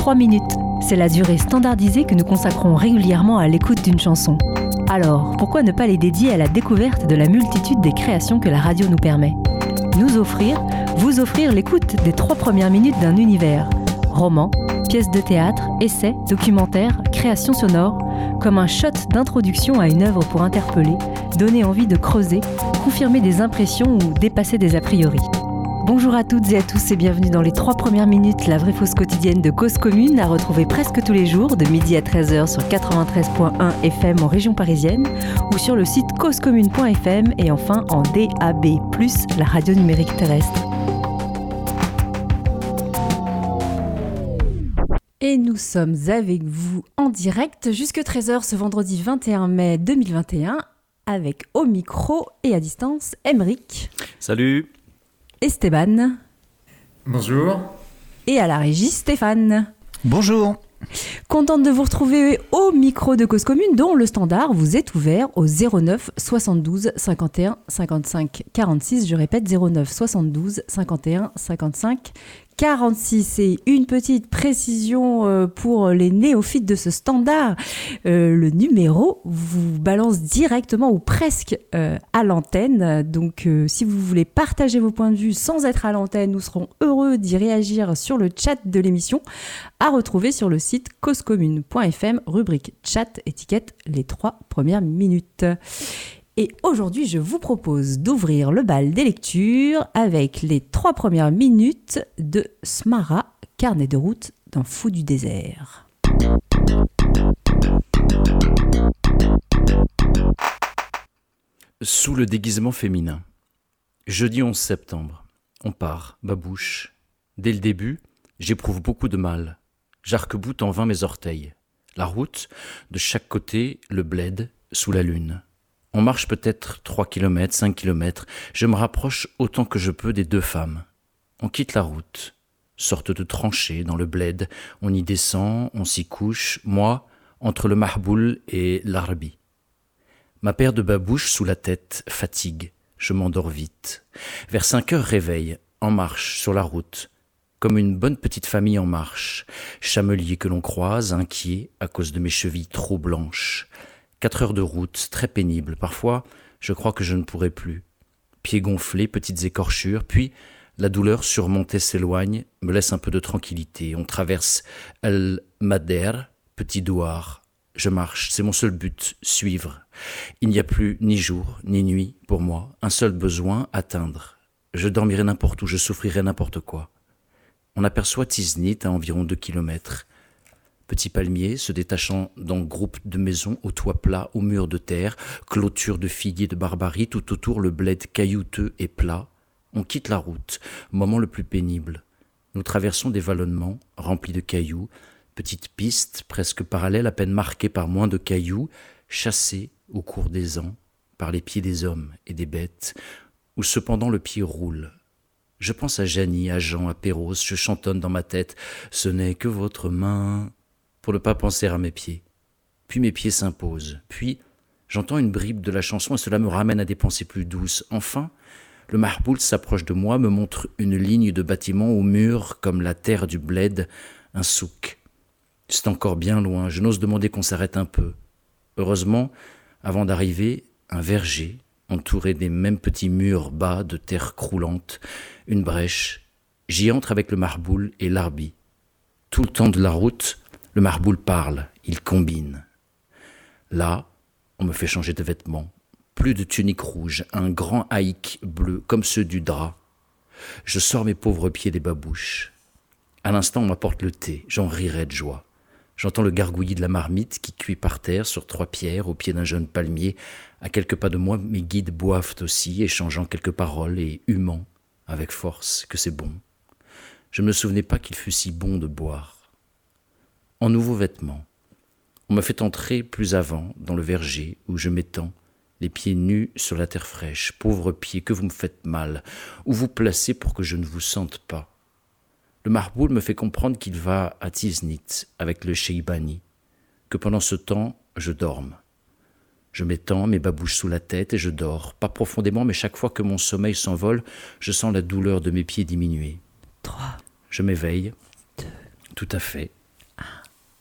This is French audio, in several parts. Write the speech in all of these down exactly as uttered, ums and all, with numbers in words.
trois minutes. C'est la durée standardisée que nous consacrons régulièrement à l'écoute d'une chanson. Alors, pourquoi ne pas les dédier à la découverte de la multitude des créations que la radio nous permet ? Nous offrir, vous offrir l'écoute des trois premières minutes d'un univers. Romans, pièces de théâtre, essais, documentaires, créations sonores, comme un shot d'introduction à une œuvre pour interpeller, donner envie de creuser, confirmer des impressions ou dépasser des a priori. Bonjour à toutes et à tous et bienvenue dans les trois premières minutes, la vraie fausse quotidienne de Cause Commune, à retrouver presque tous les jours de midi à treize heures sur quatre-vingt-treize virgule un F M en région parisienne ou sur le site cause commune point F M et enfin en D A B plus, la radio numérique terrestre. Et nous sommes avec vous en direct jusque treize heures ce vendredi vingt et un mai deux mille vingt et un avec au micro et à distance Aymeric. Salut. Esteban. Bonjour. Et à la régie Stéphane. Bonjour. Contente de vous retrouver au micro de Cause Commune dont le standard vous est ouvert au zéro neuf soixante-douze cinquante et un cinquante-cinq quarante-six. Je répète zéro neuf soixante-douze cinquante et un cinquante-cinq quarante-six. Et une petite précision pour les néophytes de ce standard, euh, le numéro vous balance directement ou presque euh, à l'antenne. Donc euh, si vous voulez partager vos points de vue sans être à l'antenne, nous serons heureux d'y réagir sur le chat de l'émission, à retrouver sur le site cause commune point F M, rubrique chat, étiquette les trois premières minutes. Et aujourd'hui, je vous propose d'ouvrir le bal des lectures avec les trois premières minutes de Smara, carnet de route d'un fou du désert. Sous le déguisement féminin. Jeudi onze septembre. On part, babouche. Dès le début, j'éprouve beaucoup de mal. J'arc-boute en vain mes orteils. La route, de chaque côté, le bled, sous la lune. On marche peut-être trois kilomètres, cinq kilomètres. Je me rapproche autant que je peux des deux femmes. On quitte la route. Sorte de tranchée dans le bled. On y descend, on s'y couche. Moi, entre le mahboul et l'arbi. Ma paire de babouches sous la tête, fatigue. Je m'endors vite. Vers cinq heures, réveil. En marche, sur la route. Comme une bonne petite famille en marche. Chamelier que l'on croise, inquiet à cause de mes chevilles trop blanches. Quatre heures de route, très pénible. Parfois, je crois que je ne pourrai plus. Pieds gonflés, petites écorchures, puis la douleur surmontée s'éloigne, me laisse un peu de tranquillité. On traverse El Mader, petit douar. Je marche, c'est mon seul but, suivre. Il n'y a plus ni jour, ni nuit pour moi, un seul besoin, atteindre. Je dormirai n'importe où, je souffrirai n'importe quoi. On aperçoit Tiznit à environ deux kilomètres. Petits palmiers se détachant dans groupes de maisons aux toits plats, aux murs de terre, clôtures de figuiers de barbarie, tout autour le bled caillouteux et plat. On quitte la route, moment le plus pénible. Nous traversons des vallonnements remplis de cailloux, petites pistes presque parallèles, à peine marquées par moins de cailloux, chassées au cours des ans par les pieds des hommes et des bêtes, où cependant le pied roule. Je pense à Janie, à Jean, à Péros, je chantonne dans ma tête « Ce n'est que votre main » pour ne pas penser à mes pieds. Puis mes pieds s'imposent. Puis j'entends une bribe de la chanson et cela me ramène à des pensées plus douces. Enfin, le mahboul s'approche de moi, me montre une ligne de bâtiments au mur comme la terre du bled, un souk. C'est encore bien loin, je n'ose demander qu'on s'arrête un peu. Heureusement, avant d'arriver, un verger, entouré des mêmes petits murs bas de terre croulante, une brèche. J'y entre avec le mahboul et l'arbi. Tout le temps de la route, le mahboul parle, il combine. Là, on me fait changer de vêtements. Plus de tunique rouge, un grand haïk bleu, comme ceux du drap. Je sors mes pauvres pieds des babouches. À l'instant, on m'apporte le thé, j'en rirai de joie. J'entends le gargouillis de la marmite qui cuit par terre sur trois pierres au pied d'un jeune palmier. À quelques pas de moi, mes guides boivent aussi, échangeant quelques paroles et humant avec force que c'est bon. Je ne me souvenais pas qu'il fût si bon de boire. En nouveaux vêtements, on me fait entrer plus avant dans le verger où je m'étends, les pieds nus sur la terre fraîche. Pauvres pieds, que vous me faites mal, où vous placez pour que je ne vous sente pas. Le mahboul me fait comprendre qu'il va à Tiznit avec le Sheibani, que pendant ce temps, je dorme. Je m'étends, mes babouches sous la tête et je dors, pas profondément, mais chaque fois que mon sommeil s'envole, je sens la douleur de mes pieds diminuer. Trois. Je m'éveille. Deux. Tout à fait.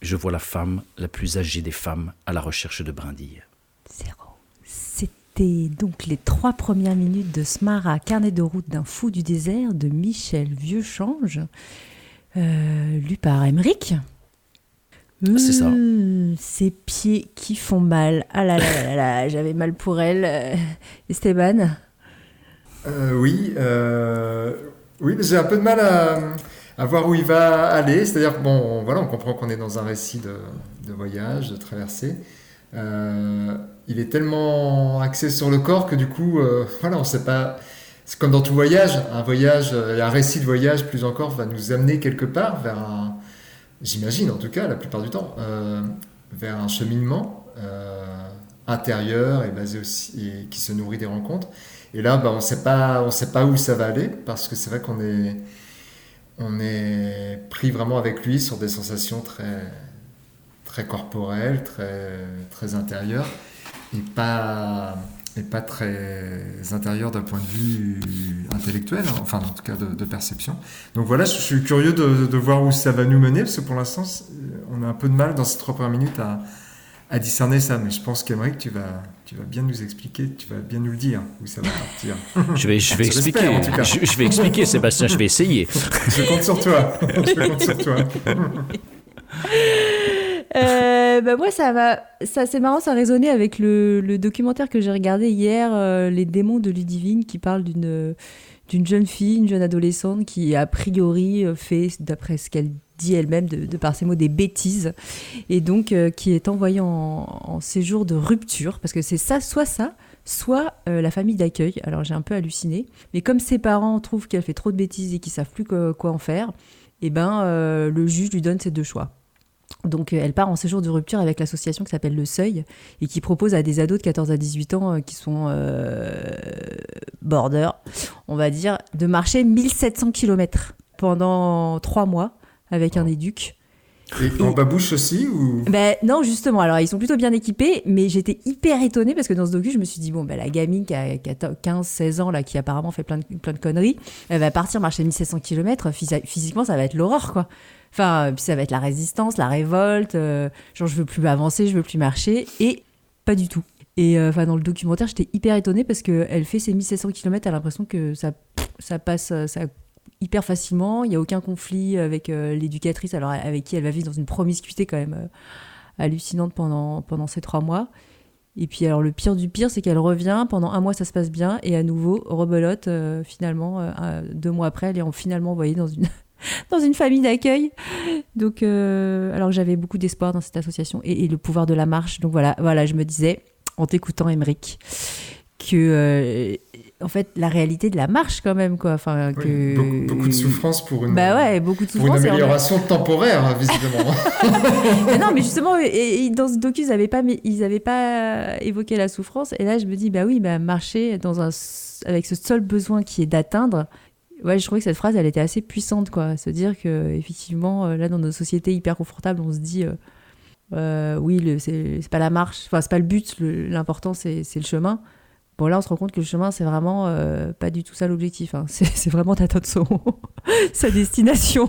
Je vois la femme la plus âgée des femmes à la recherche de brindilles. Zéro. C'était donc les trois premières minutes de Smara, carnet de route d'un fou du désert de Michel Vieuxchange, euh, lu par Emeric. C'est ça. Mmh, ces pieds qui font mal. Ah là là là là, là j'avais mal pour elle. Euh, Esteban. Euh, oui, euh, oui, mais j'ai un peu de mal à, à voir où il va aller. C'est-à-dire, bon, on, voilà, on comprend qu'on est dans un récit de, de voyage, de traversée. Euh, il est tellement axé sur le corps que du coup, euh, voilà, on sait pas. C'est comme dans tout voyage. Un voyage, et un récit de voyage, plus encore, va nous amener quelque part vers un. J'imagine, en tout cas, la plupart du temps, euh, vers un cheminement euh, intérieur et basé aussi, et qui se nourrit des rencontres. Et là, bah, on sait pas, on sait pas où ça va aller, parce que c'est vrai qu'on est, on est pris vraiment avec lui sur des sensations très, très corporelles, très, très intérieures, et pas, et pas très intérieures d'un point de vue intellectuel, hein, enfin en tout cas de, de perception. Donc voilà, je suis curieux de, de voir où ça va nous mener, parce que pour l'instant, on a un peu de mal dans ces trois premières minutes à, à discerner ça, mais je pense qu'Emeric, tu vas, tu vas bien nous expliquer, tu vas bien nous le dire où ça va partir. Je vais, je vais expliquer, en tout cas. je, je vais expliquer, Sébastien, je vais essayer. Je compte sur toi, je compte sur toi. Euh, bah moi, ça va. Ça, c'est marrant, ça résonnait avec le, le documentaire que j'ai regardé hier, euh, Les démons de Ludivine, qui parle d'une, d'une jeune fille, une jeune adolescente qui, a priori, fait, d'après ce qu'elle dit elle-même, de, de par ses mots, des bêtises, et donc euh, qui est envoyée en, en séjour de rupture, parce que c'est ça, soit ça, soit euh, la famille d'accueil. Alors j'ai un peu halluciné, mais comme ses parents trouvent qu'elle fait trop de bêtises et qu'ils savent plus quoi, quoi en faire, et ben euh, le juge lui donne ces deux choix. Donc elle part en séjour de rupture avec l'association qui s'appelle Le Seuil et qui propose à des ados de quatorze à dix-huit ans euh, qui sont euh, border, on va dire, de marcher mille sept cents kilomètres pendant trois mois avec un éduc. Et en babouche aussi ou... Ben non, justement, alors ils sont plutôt bien équipés, mais j'étais hyper étonnée parce que dans ce docu, je me suis dit, bon, ben, la gamine qui a quinze seize ans, là, qui apparemment fait plein de, plein de conneries, elle va partir marcher mille sept cents kilomètres, physiquement, ça va être l'horreur, quoi. Enfin, puis ça va être la résistance, la révolte, euh, genre je veux plus avancer, je veux plus marcher, et pas du tout. Et euh, enfin, dans le documentaire, j'étais hyper étonnée parce qu'elle fait ses mille sept cents kilomètres, elle a l'impression que ça, ça passe ça, hyper facilement, il n'y a aucun conflit avec euh, l'éducatrice, alors avec qui elle va vivre dans une promiscuité quand même euh, hallucinante pendant, pendant ces trois mois. Et puis alors le pire du pire, c'est qu'elle revient, pendant un mois ça se passe bien, et à nouveau, rebelote, euh, finalement, euh, deux mois après, elle est finalement envoyée dans une... dans une famille d'accueil. Donc, euh, alors que j'avais beaucoup d'espoir dans cette association et, et le pouvoir de la marche. Donc voilà, voilà, je me disais, en t'écoutant, Emeric, que, euh, en fait, la réalité de la marche quand même, quoi. Enfin, oui, que... beaucoup, beaucoup de souffrance pour une, bah ouais, beaucoup de pour une amélioration en... temporaire, visiblement. mais non, mais justement, et, et dans ce docu, ils n'avaient pas, ils avaient pas évoqué la souffrance. Et là, je me dis, bah oui, bah, marcher dans un, avec ce seul besoin qui est d'atteindre. Ouais, je trouvais que cette phrase, elle était assez puissante, quoi. Se dire que, effectivement, là, dans nos sociétés hyper confortables, on se dit, euh, euh, oui, le, c'est, c'est pas la marche, enfin, c'est pas le but, le, l'important, c'est, c'est le chemin. Bon, là, on se rend compte que le chemin, c'est vraiment euh, pas du tout ça l'objectif. Hein. C'est, c'est vraiment d'atteindre son, sa destination.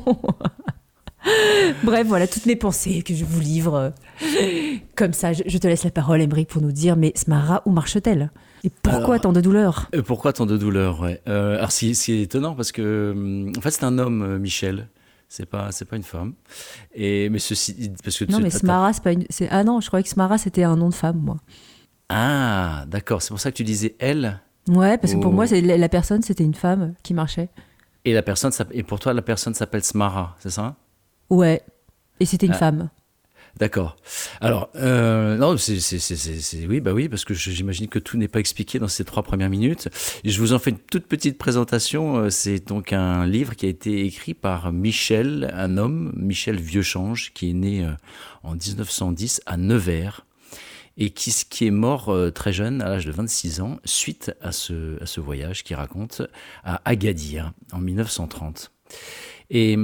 Bref, voilà toutes mes pensées que je vous livre. Comme ça, je, je te laisse la parole, Emeric, pour nous dire, mais Smara, où marche-t-elle ? Et pourquoi alors, tant de douleur ? euh, Pourquoi tant de douleur, ouais. Euh, alors, c'est, c'est étonnant parce que, en fait, c'est un homme, euh, Michel. C'est pas, c'est pas une femme. Et, mais ceci, parce que non, tu, mais Smara, c'est pas une. C'est, ah non, je croyais que Smara, c'était un nom de femme, moi. Ah, d'accord. C'est pour ça que tu disais elle ? Ouais, parce ou... que pour moi, c'est, la personne, c'était une femme qui marchait. Et, la personne, et pour toi, la personne s'appelle Smara, c'est ça ? Ouais. Et c'était une ah. femme. D'accord. Alors, euh, non, c'est, c'est, c'est, c'est, c'est, oui, bah oui, parce que j'imagine que tout n'est pas expliqué dans ces trois premières minutes. Et je vous en fais une toute petite présentation. C'est donc un livre qui a été écrit par Michel, un homme, Michel Vieuxchange, qui est né en dix-neuf cent dix à Nevers et qui, qui est mort très jeune, à l'âge de vingt-six ans, suite à ce, à ce voyage qu'il raconte à Agadir en dix-neuf cent trente. Et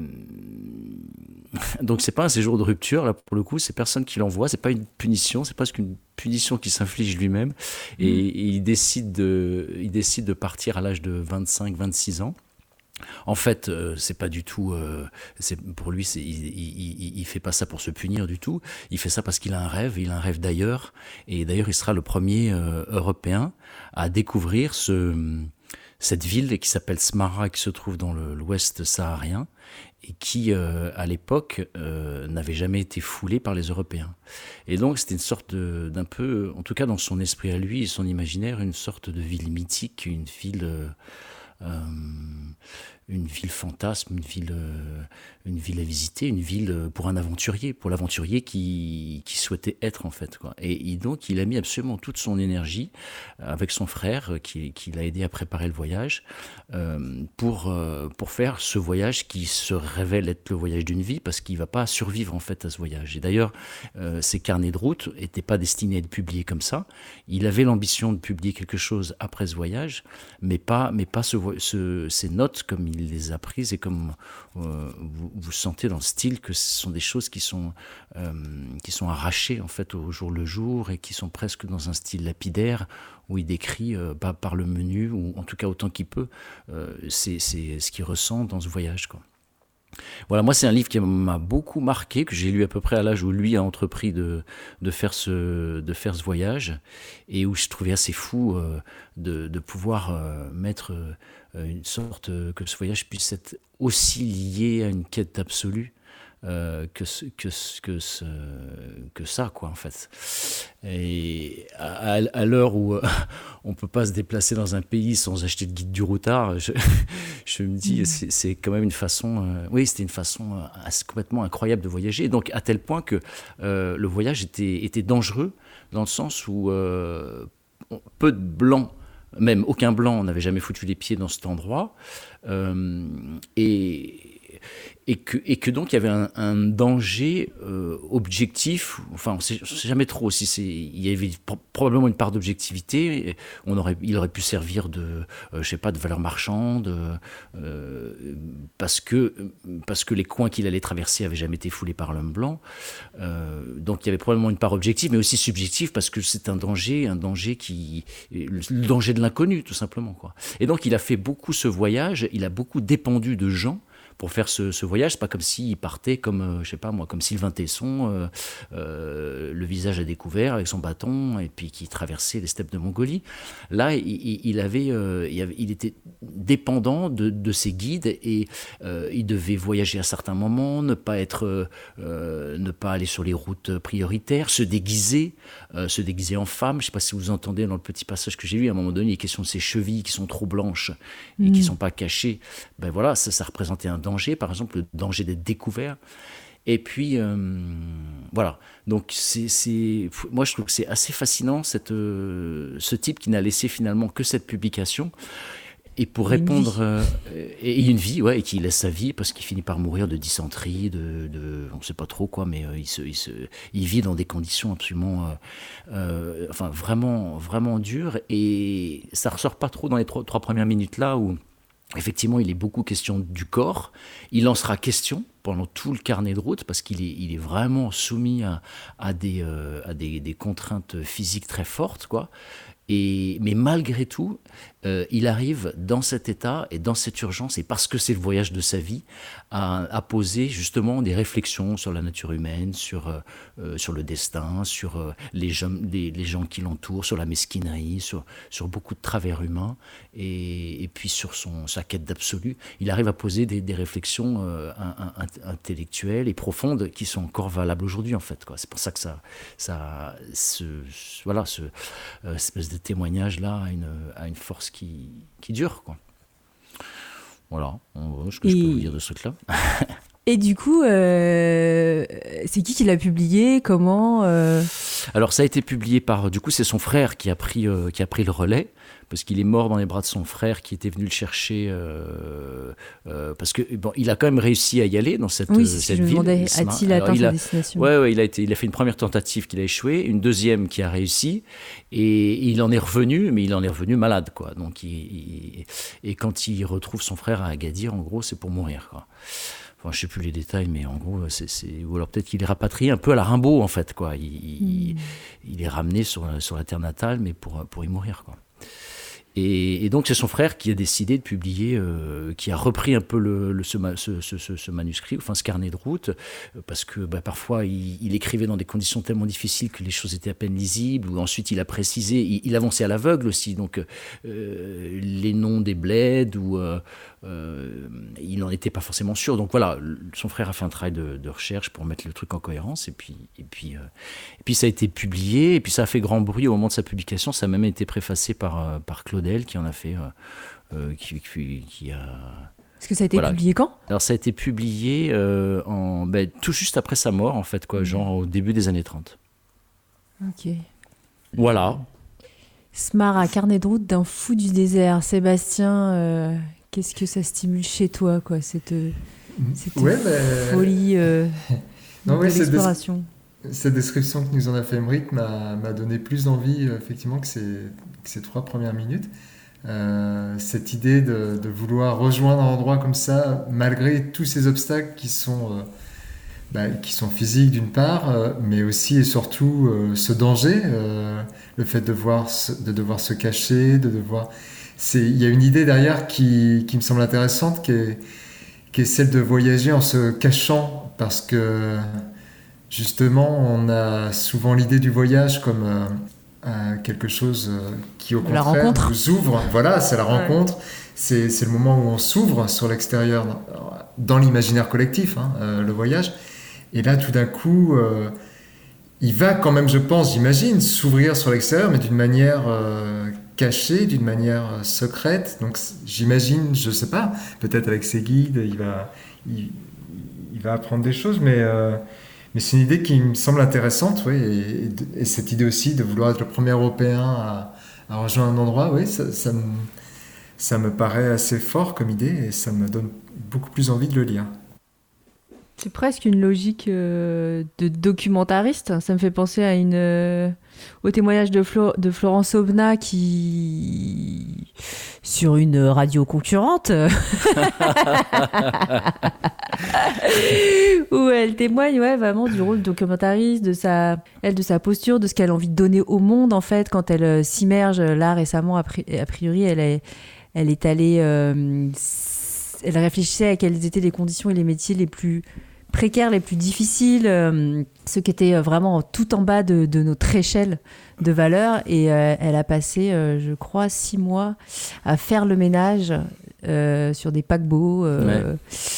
donc c'est pas un séjour de rupture là pour le coup, c'est personne qui l'envoie, c'est pas une punition, c'est presque une punition qu'il s'inflige lui-même. Et, et il décide de, il décide de partir à l'âge de vingt-cinq vingt-six ans. En fait, euh, c'est pas du tout. Euh, c'est, pour lui, c'est, il, il, il fait pas ça pour se punir du tout. Il fait ça parce qu'il a un rêve. Il a un rêve d'ailleurs. Et d'ailleurs, il sera le premier euh, Européen à découvrir ce, cette ville qui s'appelle Smara, qui se trouve dans le, l'ouest saharien et qui, euh, à l'époque, euh, n'avait jamais été foulée par les Européens. Et donc, c'était une sorte de, d'un peu, en tout cas dans son esprit à lui et son imaginaire, une sorte de ville mythique, une ville. Euh, Euh, une ville fantasme, une ville, euh, une ville à visiter, une ville pour un aventurier, pour l'aventurier qui, qui souhaitait être en fait, quoi. Et, et donc il a mis absolument toute son énergie avec son frère qui, qui l'a aidé à préparer le voyage euh, pour, euh, pour faire ce voyage qui se révèle être le voyage d'une vie parce qu'il ne va pas survivre en fait à ce voyage. Et d'ailleurs, euh, ces carnets de route n'étaient pas destinés à être publiés comme ça. Il avait l'ambition de publier quelque chose après ce voyage, mais pas, mais pas ce, ce, ces notes comme il les a prises et comme euh, vous, vous sentez dans le style que ce sont des choses qui sont, euh, qui sont arrachées en fait au jour le jour et qui sont presque dans un style lapidaire où il décrit euh, par, par le menu ou en tout cas autant qu'il peut euh, c'est, c'est ce qu'il ressent dans ce voyage, quoi. Voilà, moi c'est un livre qui m'a beaucoup marqué, que j'ai lu à peu près à l'âge où lui a entrepris de, de, faire, ce, de faire ce voyage et où je trouvais assez fou euh, de, de pouvoir euh, mettre euh, une sorte, euh, que ce voyage puisse être aussi lié à une quête absolue euh, que, que, que, ce, que ça, quoi, en fait. Et à, à l'heure où euh, on ne peut pas se déplacer dans un pays sans acheter le guide du routard, je, je me dis, mmh. c'est, c'est quand même une façon... Euh, oui, c'était une façon euh, assez, complètement incroyable de voyager. Et donc, à tel point que euh, le voyage était, était dangereux, dans le sens où euh, peu de blancs, même aucun blanc n'avait jamais foutu les pieds dans cet endroit. Euh, et... Et que, et que donc il y avait un, un danger euh, objectif, enfin on ne sait jamais trop si c'est, il y avait probablement une part d'objectivité, on aurait, il aurait pu servir de, euh, je sais pas, de valeur marchande, euh, parce, que, parce que les coins qu'il allait traverser n'avaient jamais été foulés par l'homme blanc, euh, donc il y avait probablement une part objective, mais aussi subjective, parce que c'est un danger, un danger qui, le danger de l'inconnu tout simplement, quoi. Et donc il a fait beaucoup ce voyage, il a beaucoup dépendu de gens pour faire ce, ce voyage. C'est pas comme s'il partait comme, euh, je sais pas moi, comme Sylvain Tesson, euh, euh, le visage à découvert avec son bâton et puis qui traversait les steppes de Mongolie. Là, il, il, avait, euh, il, avait, il était dépendant de, de ses guides et euh, il devait voyager à certains moments, ne pas être, euh, ne pas aller sur les routes prioritaires, se déguiser, euh, se déguiser en femme. Je sais pas si vous entendez dans le petit passage que j'ai lu, à un moment donné, il est question de ses chevilles qui sont trop blanches et mmh. qui sont pas cachées. Ben voilà, ça, ça représentait un danger, par exemple le danger d'être découvert. Et puis euh, voilà, donc c'est, c'est, moi je trouve que c'est assez fascinant cette, euh, ce type qui n'a laissé finalement que cette publication. Et pour répondre, euh, et, et une vie, ouais, et qui laisse sa vie parce qu'il finit par mourir de dysenterie, de, de on ne sait pas trop quoi, mais euh, il, se, il, se, il vit dans des conditions absolument, euh, euh, enfin vraiment, vraiment dures. Et ça ressort pas trop dans les trois, trois premières minutes là où effectivement, il est beaucoup question du corps. Il en sera question pendant tout le carnet de route parce qu'il est, il est vraiment soumis à, à, des, euh, à des, des contraintes physiques très fortes, quoi. Et, mais malgré tout, euh, il arrive dans cet état et dans cette urgence, et parce que c'est le voyage de sa vie, à, à poser justement des réflexions sur la nature humaine, sur, euh, sur le destin, sur euh, les, gens, les, les gens qui l'entourent, sur la mesquinerie, sur, sur beaucoup de travers humains, et, et puis sur son, sa quête d'absolu. Il arrive à poser des, des réflexions euh, un, un, intellectuelles et profondes qui sont encore valables aujourd'hui, en fait, quoi. C'est pour ça que ça, ça ce, voilà, ce, euh, cette espèce de témoignage-là a une, a une force qui, qui dure, quoi. Voilà, ce que et... je peux vous dire de ce truc-là. Et du coup, euh, c'est qui qui l'a publié? Comment euh... Alors, ça a été publié par... Du coup, c'est son frère qui a pris, euh, qui a pris le relais, parce qu'il est mort dans les bras de son frère qui était venu le chercher, euh, euh, parce que bon, il a quand même réussi à y aller dans cette, oui, c'est cette je ville. Oui, je me demandais, a-t-il atteint sa destination? Ouais, ouais, il a été, il a fait une première tentative qui a échoué, une deuxième qui a réussi, et il en est revenu, mais il en est revenu malade, quoi. Donc, il, il, et quand il retrouve son frère à Agadir, en gros, c'est pour mourir, quoi. Enfin, je ne sais plus les détails, mais en gros, c'est, c'est... ou alors peut-être qu'il est rapatrié un peu à la Rimbaud, en fait, quoi. Il, mmh. il, il est ramené sur, sur la terre natale, mais pour, pour y mourir, quoi. Et, et donc c'est son frère qui a décidé de publier, euh, qui a repris un peu le, le, ce, ce, ce, ce manuscrit, enfin ce carnet de route, parce que bah, parfois il, il écrivait dans des conditions tellement difficiles que les choses étaient à peine lisibles, ou ensuite il a précisé, il, il avançait à l'aveugle aussi, donc euh, les noms des bleds, ou euh, euh, il n'en était pas forcément sûr. Donc voilà, son frère a fait un travail de, de recherche pour mettre le truc en cohérence, et puis, et, puis, euh, et puis ça a été publié, et puis ça a fait grand bruit au moment de sa publication, ça a même été préfacé par, par Claude qui en a fait, euh, euh, qui, qui, qui a... Est-ce que ça a été voilà. publié quand ? Alors ça a été publié euh, en, ben, tout juste après sa mort, en fait, quoi, mmh. genre au début des années trente. Ok. Voilà. Smara, carnet de route d'un fou du désert. Sébastien, euh, qu'est-ce que ça stimule chez toi, quoi, cette, cette ouais, mais... folie euh, non, de ouais, l'exploration ? Cette description que nous en a fait Émeric m'a, m'a donné plus d'envie, effectivement, que ces, que ces trois premières minutes. Euh, cette idée de, de vouloir rejoindre un endroit comme ça, malgré tous ces obstacles qui sont, euh, bah, qui sont physiques d'une part, euh, mais aussi et surtout euh, ce danger, euh, le fait de, voir, de devoir se cacher, de devoir... C'est, il y a une idée derrière qui, qui me semble intéressante, qui est, qui est celle de voyager en se cachant, parce que... Justement, on a souvent l'idée du voyage comme euh, euh, quelque chose euh, qui, au la contraire, rencontre. nous ouvre. Voilà, c'est la rencontre. Ouais. C'est, c'est le moment où on s'ouvre sur l'extérieur, dans, dans l'imaginaire collectif, hein, euh, le voyage. Et là, tout d'un coup, euh, il va quand même, je pense, j'imagine, s'ouvrir sur l'extérieur, mais d'une manière euh, cachée, d'une manière euh, secrète. Donc, j'imagine, je ne sais pas, peut-être avec ses guides, il va, il, il va apprendre des choses, mais... Euh, Mais c'est une idée qui me semble intéressante, oui, et, et cette idée aussi de vouloir être le premier Européen à, à rejoindre un endroit, oui, ça, ça, me, ça me paraît assez fort comme idée et ça me donne beaucoup plus envie de le lire. C'est presque une logique euh, de documentariste. Ça me fait penser à une, euh, au témoignage de, Flo, de Florence Aubenas qui, sur une radio concurrente, où elle témoigne ouais, vraiment du rôle de documentariste, de sa, elle, de sa posture, de ce qu'elle a envie de donner au monde en fait, quand elle euh, s'immerge. Là récemment, a, pri- a priori, elle est, elle est allée... Euh, elle réfléchissait à quelles étaient les conditions et les métiers les plus précaires, les plus difficiles, euh, ceux qui étaient vraiment tout en bas de, de notre échelle de valeur. Et euh, elle a passé, euh, je crois, six mois à faire le ménage euh, sur des paquebots. Euh, ouais.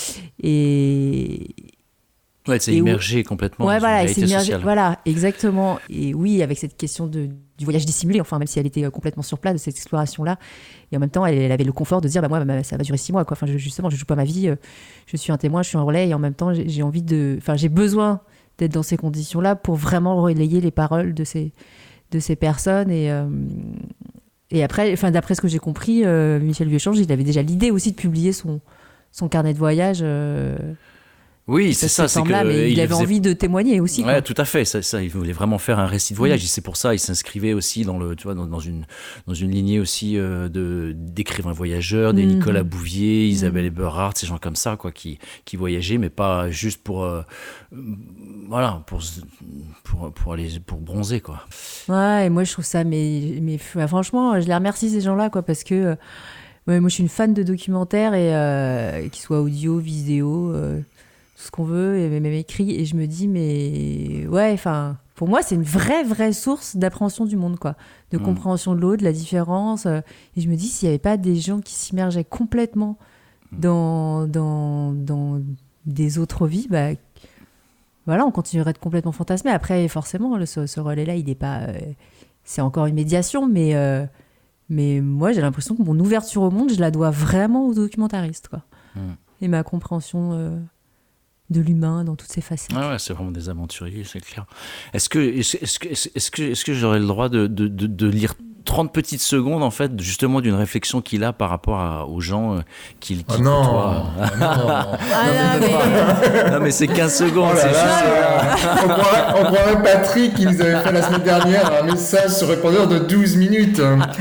Et... Ouais, elle s'est immergée où... complètement ouais, dans voilà, une réalité sociale. Voilà, exactement. Et oui, avec cette question de, du voyage dissimulé, enfin, même si elle était complètement sur place de cette exploration-là, et en même temps, elle, elle avait le confort de dire, bah, moi, bah, ça va durer six mois, quoi. Enfin, je, justement, je joue pas ma vie, je suis un témoin, je suis un relais, et en même temps, j'ai, j'ai envie de... Enfin, j'ai besoin d'être dans ces conditions-là pour vraiment relayer les paroles de ces, de ces personnes. Et, euh, et après, enfin, d'après ce que j'ai compris, euh, Michel Vieuchange, il avait déjà l'idée aussi de publier son, son carnet de voyage... Euh, Oui, c'est ça. C'est que il, il avait faisait... envie de témoigner aussi. Ouais, quoi. Tout à fait. Ça, ça, il voulait vraiment faire un récit de voyage. Mmh. Et c'est pour ça, il s'inscrivait aussi dans le, tu vois, dans, dans une, dans une lignée aussi euh, de d'écrivains voyageurs, des mmh. Nicolas Bouvier, Isabelle mmh. Eberhardt, ces gens comme ça, quoi, qui, qui voyageaient, mais pas juste pour, euh, voilà, pour, pour, pour aller, pour bronzer, quoi. Ouais, et moi je trouve ça, mais, mais franchement, je les remercie ces gens-là, quoi, parce que ouais, moi je suis une fan de documentaires et euh, qu'ils soient audio, vidéo. Euh, tout ce qu'on veut, et même écrit, et je me dis, mais ouais, enfin, pour moi, c'est une vraie, vraie source d'appréhension du monde, quoi, de mmh. compréhension de l'autre, de la différence, euh, et je me dis, s'il n'y avait pas des gens qui s'immergeaient complètement dans, dans, dans des autres vies, bah, voilà, on continuerait de complètement fantasmer. Après, forcément, le, ce, ce relais-là, il n'est pas... Euh, c'est encore une médiation, mais, euh, mais moi, j'ai l'impression que mon ouverture au monde, je la dois vraiment aux documentaristes, quoi, mmh. et ma compréhension... Euh, de l'humain dans toutes ses facettes. Ah ouais, c'est vraiment des aventuriers, c'est clair. Est-ce que, est-ce, est-ce que, est-ce que, est-ce que j'aurais le droit de, de, de, de lire trente petites secondes, en fait, justement, d'une réflexion qu'il a par rapport à, aux gens euh, qu'il qui oh non, côtoie. Oh non, ah non, mais... non, mais c'est quinze secondes. Oh là c'est là, juste... on, croirait, on croirait Patrick qui nous avait fait la semaine dernière un message sur répondeur de douze minutes.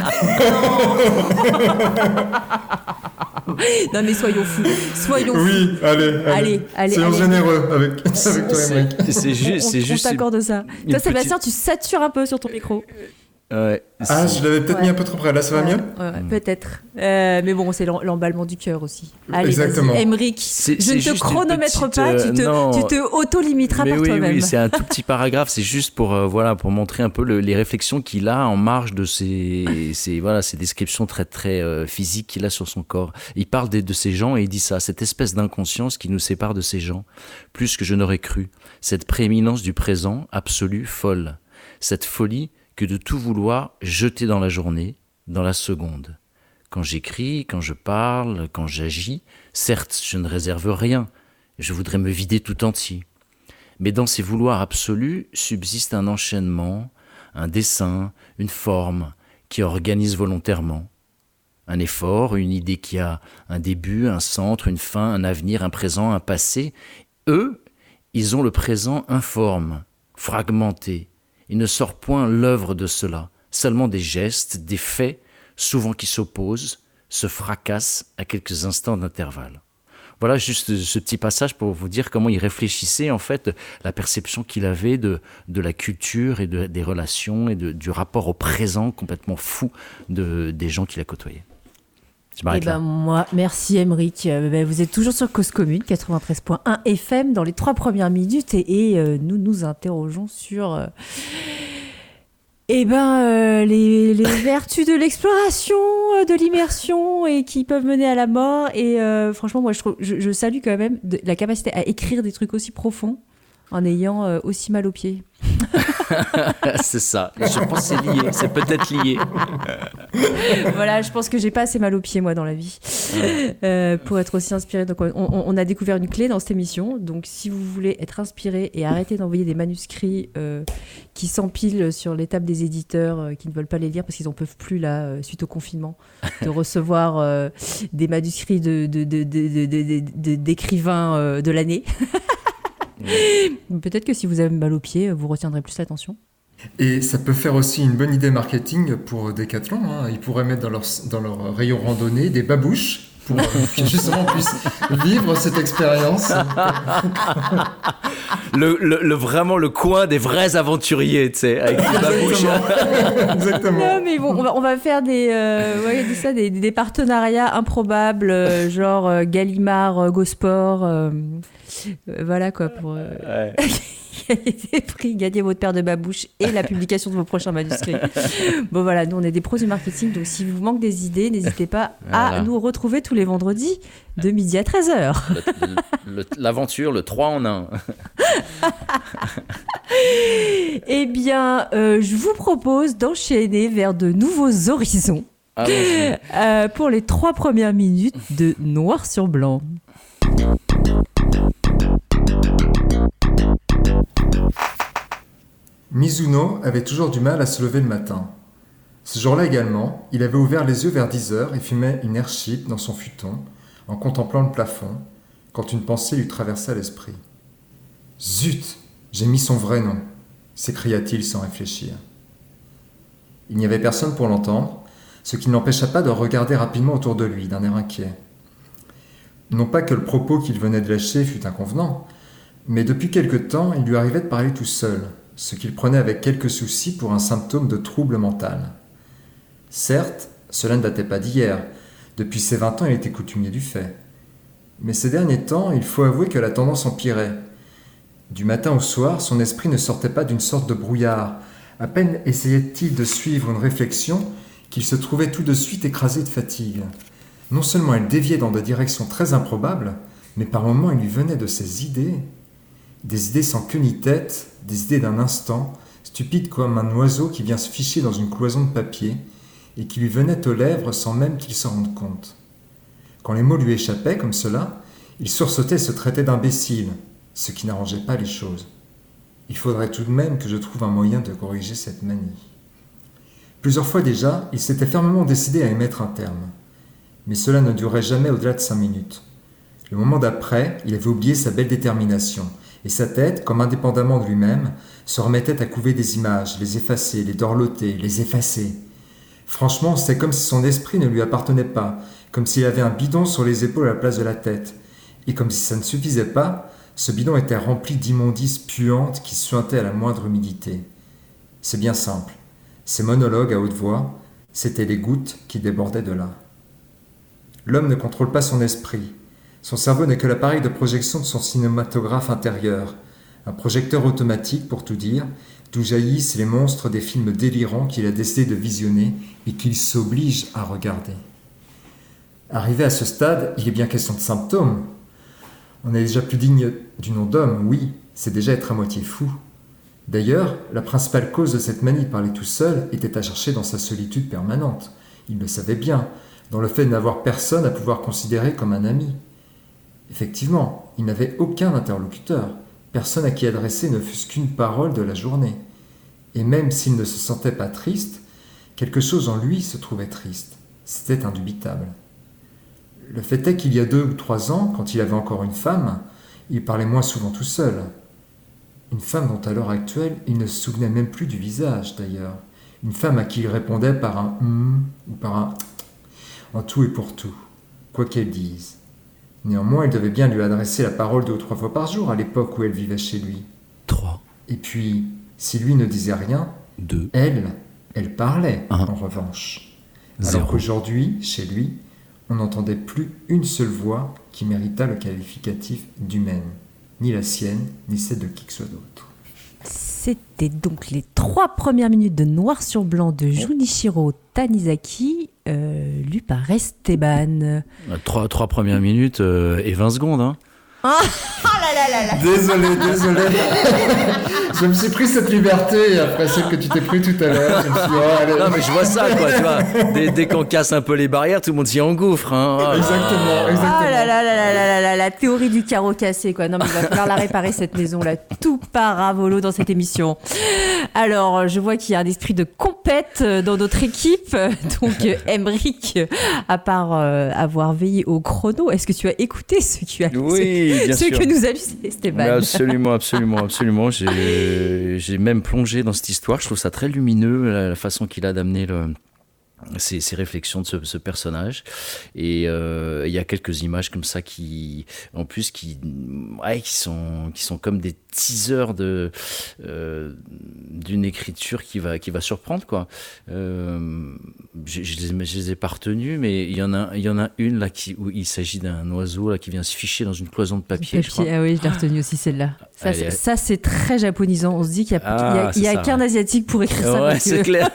Non mais soyons fous, soyons fous. Oui, allez, allez, allez, allez soyons allez. généreux avec, avec toi, Émeric. C'est juste, on, c'est on, juste. On t'accorde ça. Toi, petite... Sébastien, tu satures un peu sur ton micro. Ouais, ah, c'est... je l'avais peut-être Ouais. mis un peu trop près. Là, ça va Ouais, mieux? ouais, ouais, Mm. peut-être. Euh, mais bon, c'est l'em- l'emballement du cœur aussi. Allez, Exactement. vas-y, Émeric, C'est- je c'est ne te juste une chronomètre petite, pas, tu te, euh, non. tu te auto-limiteras Mais par oui, toi-même. oui, c'est un tout petit paragraphe. C'est juste pour, euh, voilà, pour montrer un peu le- les réflexions qu'il a en marge de ces, ces, voilà, ces descriptions très, très euh, physiques qu'il a sur son corps. Il parle de, de ces gens et il dit ça, cette espèce d'inconscience qui nous sépare de ces gens, plus que je n'aurais cru. Cette prééminence du présent, absolue, folle. Cette folie que de tout vouloir jeter dans la journée, dans la seconde. Quand j'écris, quand je parle, quand j'agis, certes, je ne réserve rien. Je voudrais me vider tout entier. Mais dans ces vouloirs absolus subsiste un enchaînement, un dessin, une forme qui organise volontairement. Un effort, une idée qui a un début, un centre, une fin, un avenir, un présent, un passé. Eux, ils ont le présent informe, fragmenté. Il ne sort point l'œuvre de cela, seulement des gestes, des faits, souvent qui s'opposent, se fracassent à quelques instants d'intervalle. Voilà juste ce petit passage pour vous dire comment il réfléchissait en fait la perception qu'il avait de, de la culture et de, des relations et de, du rapport au présent complètement fou de, des gens qu'il a côtoyés. Je Eh m'arrête ben là. moi, merci Émeric. Euh, ben, vous êtes toujours sur Cause Commune, quatre-vingt-treize point un F M dans les trois premières minutes et, et euh, nous nous interrogeons sur euh, eh ben, euh, les, les vertus de l'exploration, euh, de l'immersion et qui peuvent mener à la mort. Et euh, franchement, moi je, trouve, je, je salue quand même de, la capacité à écrire des trucs aussi profonds en ayant euh, aussi mal aux pieds. C'est ça. Je pense que c'est lié. C'est peut-être lié. Voilà, je pense que j'ai pas assez mal aux pieds moi dans la vie euh, pour être aussi inspirée. Donc on, on- on a découvert une clé dans cette émission. Donc si vous voulez être inspiré et arrêter d'envoyer des manuscrits euh, qui s'empilent sur les tables des éditeurs euh, qui ne veulent pas les lire parce qu'ils en peuvent plus là euh, suite au confinement de recevoir euh, des manuscrits de, de, de, de, de- de- de- d'écrivains euh, de l'année. Peut-être que si vous avez mal aux pieds, vous retiendrez plus l'attention. Et ça peut faire aussi une bonne idée marketing pour Decathlon. Hein. Ils pourraient mettre dans leur, dans leur rayon randonnée des babouches pour que justement on puisse vivre cette expérience. Le, le, le- vraiment le coin des vrais aventuriers, tu sais, avec les babouches. Exactement. Exactement. Non, mais bon, on va, on va faire des, euh, ouais, dis ça, des, des partenariats improbables, euh, genre euh, Gallimard, euh, Gosport, euh, euh, voilà quoi, pour euh, Ouais. gagner des prix, gagner votre paire de babouches et la publication de vos prochains manuscrits. Bon voilà, nous on est des pros du marketing, donc si vous manque des idées, n'hésitez pas à Voilà. nous retrouver tous les vendredis de midi à treize heures. Le- le- l'aventure, le trois en un. Eh bien, euh, je vous propose d'enchaîner vers de nouveaux horizons Allons-y. euh, pour les trois premières minutes de Noir sur Blanc. Mizuno avait toujours du mal à se lever le matin. Ce jour-là également, il avait ouvert les yeux vers dix heures et fumait une airship dans son futon, en contemplant le plafond, quand une pensée lui traversa l'esprit. « Zut, j'ai mis son vrai nom !» s'écria-t-il sans réfléchir. Il n'y avait personne pour l'entendre, ce qui ne l'empêcha pas de regarder rapidement autour de lui, d'un air inquiet. Non pas que le propos qu'il venait de lâcher fût inconvenant, mais depuis quelque temps, il lui arrivait de parler tout seul, ce qu'il prenait avec quelques soucis pour un symptôme de trouble mental. Certes, cela ne datait pas d'hier. Depuis ses vingt ans, il était coutumier du fait. Mais ces derniers temps, il faut avouer que la tendance empirait. Du matin au soir, son esprit ne sortait pas d'une sorte de brouillard. À peine essayait-il de suivre une réflexion qu'il se trouvait tout de suite écrasé de fatigue. Non seulement elle déviait dans des directions très improbables, mais par moments il lui venait de ces idées, des idées sans queue ni tête, des idées d'un instant, stupides comme un oiseau qui vient se ficher dans une cloison de papier, et qui lui venaient aux lèvres sans même qu'il s'en rende compte. Quand les mots lui échappaient comme cela, il sursautait et se traitait d'imbécile, ce qui n'arrangeait pas les choses. Il faudrait tout de même que je trouve un moyen de corriger cette manie. Plusieurs fois déjà, il s'était fermement décidé à y mettre un terme. Mais cela ne durait jamais au-delà de cinq minutes. Le moment d'après, il avait oublié sa belle détermination, et sa tête, comme indépendamment de lui-même, se remettait à couver des images, les effacer, les dorloter, les effacer. Franchement, c'est comme si son esprit ne lui appartenait pas, comme s'il avait un bidon sur les épaules à la place de la tête. Et comme si ça ne suffisait pas, ce bidon était rempli d'immondices puantes qui suintaient à la moindre humidité. C'est bien simple. Ses monologues à haute voix, c'étaient les gouttes qui débordaient de là. L'homme ne contrôle pas son esprit. Son cerveau n'est que l'appareil de projection de son cinématographe intérieur, un projecteur automatique, pour tout dire, d'où jaillissent les monstres des films délirants qu'il a décidé de visionner et qu'il s'oblige à regarder. Arrivé à ce stade, il est bien question de symptômes. On est déjà plus digne du nom d'homme, oui, c'est déjà être à moitié fou. D'ailleurs, la principale cause de cette manie de parler tout seul était à chercher dans sa solitude permanente. Il le savait bien, dans le fait de n'avoir personne à pouvoir considérer comme un ami. Effectivement, il n'avait aucun interlocuteur, personne à qui adresser ne fût-ce qu'une parole de la journée. Et même s'il ne se sentait pas triste, quelque chose en lui se trouvait triste. C'était indubitable. Le fait est qu'il y a deux ou trois ans, quand il avait encore une femme, il parlait moins souvent tout seul. Une femme dont à l'heure actuelle, il ne se souvenait même plus du visage d'ailleurs. Une femme à qui il répondait par un « hum » ou par un « en tout et pour tout », quoi qu'elle dise. Néanmoins, il devait bien lui adresser la parole deux ou trois fois par jour à l'époque où elle vivait chez lui. Trois. Et puis, si lui ne disait rien, Deux. elle, elle parlait Un. en revanche. Zéro. Alors qu'aujourd'hui, chez lui, on n'entendait plus une seule voix qui méritât le qualificatif d'humaine, ni la sienne, ni celle de qui que ce soit d'autre. C'était donc les trois premières minutes de Noir sur Blanc de Junichiro Tanizaki, euh, lu par Esteban. Trois, trois premières minutes euh, et vingt secondes, hein. Ah, oh là là là là. Désolé, désolé. Je me suis pris cette liberté après celle que tu t'es pris tout à l'heure. Je me suis dit, oh, allez. Non, mais je vois ça, quoi, tu vois. Dès, dès qu'on casse un peu les barrières, tout le monde s'y engouffre, hein. Oh, Exactement, exactement. Ah là là là là là là là, la théorie du carreau cassé, quoi. Non, mais il va falloir la réparer, cette maison-là. Tout part à volo dans cette émission. Alors, je vois qu'il y a un esprit de compète dans notre équipe. Donc, Emeric, à part euh, avoir veillé au chrono, est-ce que tu as écouté ce, qui a, Oui, ce, bien ce sûr. que nous a lu Esteban? Oui, absolument, absolument, absolument. J'ai, j'ai même plongé dans cette histoire. Je trouve ça très lumineux, la, la façon qu'il a d'amener le... Ces, ces réflexions de ce, ce personnage, et euh, il y a quelques images comme ça qui, en plus, qui, ouais, qui sont, qui sont comme des teasers de euh, d'une écriture qui va, qui va surprendre, quoi. Euh, je, je, les, je les ai pas retenues, mais il y en a, il y en a une là qui, où il s'agit d'un oiseau là qui vient se ficher dans une cloison de papier. papier. Je crois. Ah oui, je l'ai retenue aussi celle-là. Ça, Allez, c'est, allez. ça c'est très japonisant. On se dit qu'il y a, Ah, il y a, il y a c'est ça, qu'un ouais. asiatique pour écrire ça. Ouais, parce c'est que- clair.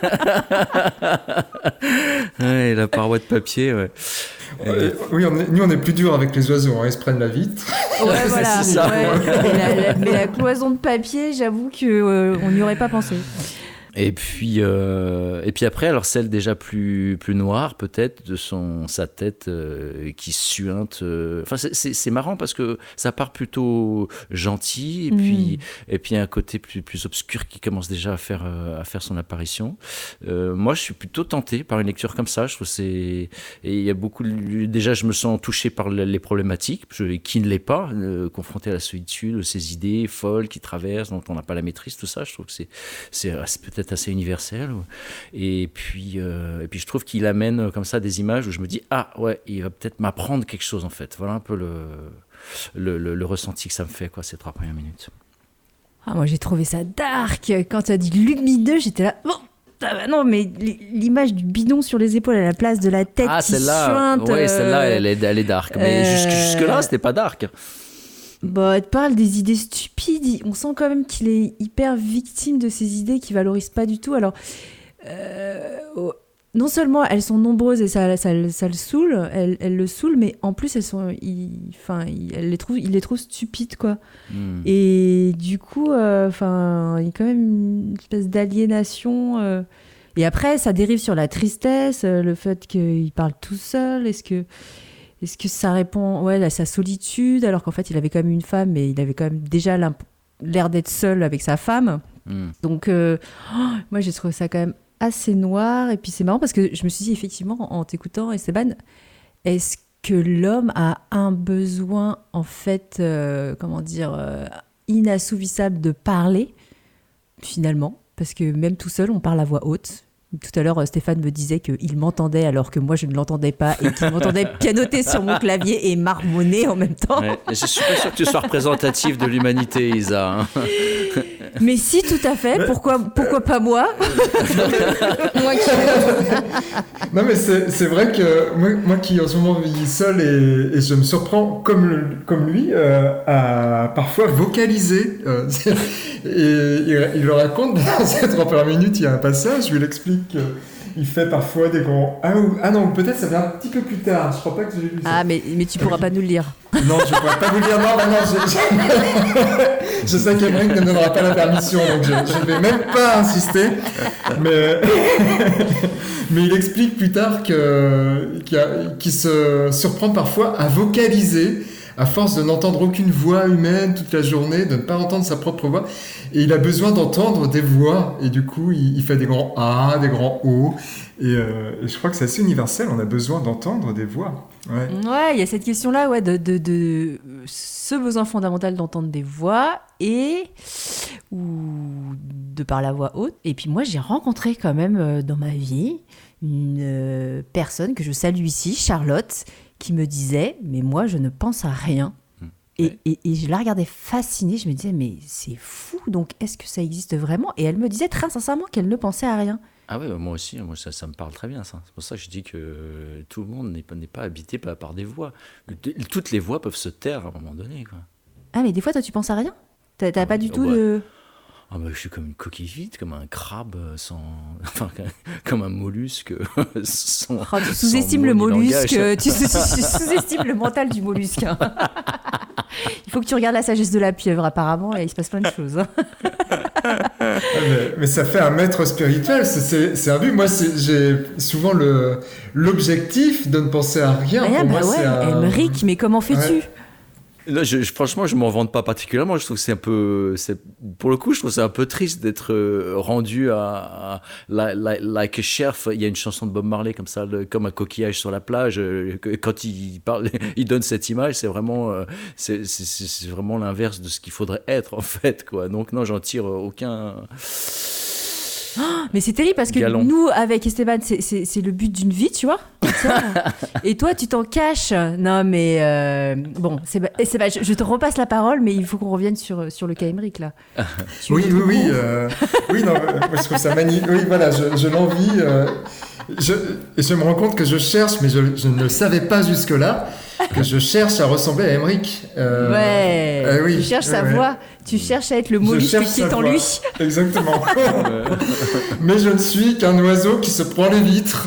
Ouais, la paroi de papier, ouais. Euh, oui, on est- nous on est plus dur avec les oiseaux, hein, ils se prennent la vitre. Ouais, voilà. c'est ça. Ouais. Mais, la, la- mais la cloison de papier, j'avoue qu'on euh, n'y aurait pas pensé. Et puis, euh, et puis après, alors celle déjà plus, plus noire, peut-être, de son, sa tête euh, qui suinte. euh, Enfin, c'est, c'est, c'est marrant parce que ça part plutôt gentil, et puis, et puis un côté plus, plus obscur qui commence déjà à faire, euh, à faire son apparition. Euh, moi, je suis plutôt tenté par une lecture comme ça. Je trouve que c'est. Et il y a beaucoup. de- Déjà, je me sens touché par le- les problématiques, je, qui ne l'est pas, euh, confronté à la solitude, ces idées folles qui traversent, dont on n'a pas la maîtrise, tout ça. Je trouve que c'est, c'est, c'est peut-être assez universel. Et puis, euh, et puis je trouve qu'il amène euh, comme ça des images où je me dis ah ouais, il va peut-être m'apprendre quelque chose en fait. Voilà un peu le le, le, le ressenti que ça me fait, quoi, ces trois premières minutes. Ah, moi, j'ai trouvé ça dark. Quand tu as dit lumineux, j'étais là. Bon, ah bah non, mais l'image du bidon sur les épaules à la place de la tête Ah, qui celle-là, suinte. ouais, euh, celle-là, elle est, elle est dark. Mais euh, jusque, jusque-là, c'était pas dark. Bah, elle te parle des idées stupides. On sent quand même qu'il est hyper victime de ces idées qui valorisent pas du tout. Alors, euh, oh, non seulement elles sont nombreuses et ça, ça, ça le saoule, elle, elle le saoule, mais en plus elles sont, il, enfin, il, elle les trouve, il les trouve stupides, quoi. Hmm. Et du coup, enfin, il y a quand même une espèce d'aliénation. euh. Et après, ça dérive sur la tristesse, euh, le fait qu'il parle tout seul. Est-ce que Est-ce que ça répond ouais, à sa solitude, alors qu'en fait, il avait quand même une femme, mais il avait quand même déjà l'imp- l'air d'être seul avec sa femme. Hmm. Donc, euh, oh, moi, j'ai trouvé ça quand même assez noir. Et puis, c'est marrant parce que je me suis dit, effectivement, en t'écoutant, Esteban, est-ce que l'homme a un besoin, en fait, euh, comment dire, euh, inassouvissable de parler, finalement? Parce que même tout seul, on parle à voix haute. Tout à l'heure, Stéphane me disait qu'il m'entendait alors que moi, je ne l'entendais pas et qu'il m'entendait pianoter sur mon clavier et marmonner en même temps. Ouais. Je suis pas sûr que tu sois représentatif de l'humanité, Isa. Hein. mais si, tout à fait. Pourquoi, pourquoi pas moi? Moi qui... Non, mais c'est, c'est vrai que moi, moi qui en ce moment vis seul et, et je me surprends comme, le, comme lui euh, à parfois vocaliser. Euh, et il, il le raconte dans cette trois premières minutes, il y a un passage où il explique qu'il fait parfois des grands. Ah, ou, ah non, peut-être ça vient un petit peu plus tard. Je crois pas que j'ai lu ça. Ah, mais, mais tu pourras pas nous le lire. Non, je ne pourrais pas vous le dire. Non, non, non. Je, je, je sais qu'Aymeric ne me donnera pas la permission, donc je ne vais même pas insister. Mais, mais il explique plus tard que, qu'il, a, qu'il se surprend parfois à vocaliser à force de n'entendre aucune voix humaine toute la journée, de ne pas entendre sa propre voix. Et il a besoin d'entendre des voix. Et du coup, il, il fait des grands A, des grands O. Et, euh, et je crois que c'est assez universel. On a besoin d'entendre des voix. Ouais, ouais, il y a cette question-là, ouais, de, de, de ce besoin fondamental d'entendre des voix et ou de par la voix haute. Et puis moi, j'ai rencontré quand même euh, dans ma vie une euh, personne que je salue ici, Charlotte, qui me disait, mais moi, je ne pense à rien. Mmh. Et, et, et je la regardais fascinée. Je me disais, mais c'est fou. Donc, est-ce que ça existe vraiment? Et elle me disait très sincèrement qu'elle ne pensait à rien. Ah ouais, moi aussi, moi, ça, ça me parle très bien, ça. C'est pour ça que je dis que tout le monde n'est pas, n'est pas habité par, par des voix. Toutes les voix peuvent se taire à un moment donné, quoi. Ah, mais des fois, toi, tu penses à rien? T'as, t'as pas du oh, tout bah, de... Ah bah, je suis comme une coquille vide, comme un crabe sans... Enfin, comme un mollusque sans... Oh, tu sous-estimes le mollusque, tu, sous- tu sous-estimes le mental du mollusque. Hein. Il faut que tu regardes La sagesse de la pieuvre, apparemment, et il se passe plein de choses. mais, mais ça fait un maître spirituel, c'est, c'est, c'est un but. Moi, c'est, j'ai souvent le, l'objectif de ne penser à rien. Ah, Pour bah moi, ouais, c'est un... Aymeric, mais comment fais-tu? Ouais. Là, je, je, franchement, je m'en vante pas particulièrement. Je trouve que c'est un peu, c'est, pour le coup, je trouve que c'est un peu triste d'être rendu à, à like, like a chef. Il y a une chanson de Bob Marley comme ça, le, comme un coquillage sur la plage. Quand il parle, il donne cette image. C'est vraiment, c'est, c'est, c'est vraiment l'inverse de ce qu'il faudrait être en fait, quoi. Donc non, j'en tire aucun. Oh, mais c'est terrible parce que Galon. Nous, avec Esteban, c'est, c'est, c'est le but d'une vie, tu vois. Et toi, tu t'en caches. Non, mais euh, bon, c'est, c'est, je, je te repasse la parole, mais il faut qu'on revienne sur, sur le cas Aymeric, là. Tu oui, oui, oui, euh, oui. Non, moi, je trouve ça magnifique. Oui, voilà, je, je l'envie. Euh, je, et je me rends compte que je cherche, mais je, je ne le savais pas jusque-là, que je cherche à ressembler à Aymeric. Euh, ouais. Euh, oui, tu cherches sa ouais. voix. Tu cherches à être le mollusque qui est en voix. Lui. Exactement. Mais je ne suis qu'un oiseau qui se prend les vitres.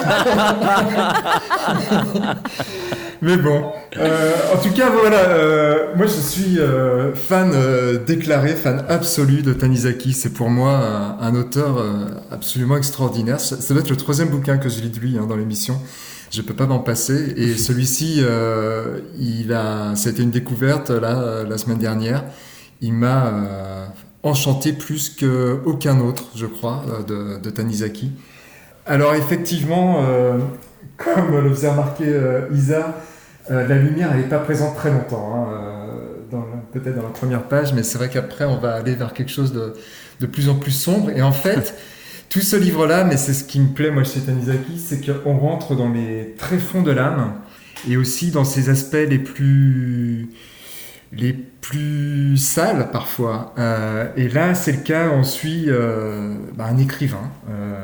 Mais bon. Euh, en tout cas, voilà. Euh, moi, je suis euh, fan euh, déclaré, fan absolu de Tanizaki. C'est pour moi un, un auteur euh, absolument extraordinaire. Ça, ça doit être le troisième bouquin que je lis de lui hein, dans l'émission. Je peux pas m'en passer. Et celui-ci, euh, il a, ça a été une découverte là la semaine dernière. Il m'a euh, enchanté plus qu'aucun autre, je crois, de, de Tanizaki. Alors effectivement, euh, comme le faisait remarquer euh, Isa, euh, la lumière n'est pas présente très longtemps, hein, euh, dans le, peut-être dans la première page, mais c'est vrai qu'après on va aller vers quelque chose de, de plus en plus sombre. Et en fait, tout ce livre-là, mais c'est ce qui me plaît moi chez Tanizaki, c'est qu'on rentre dans les tréfonds de l'âme et aussi dans ses aspects les plus... les plus sales parfois. Euh, et là, c'est le cas, on suit euh, bah, un écrivain. Euh,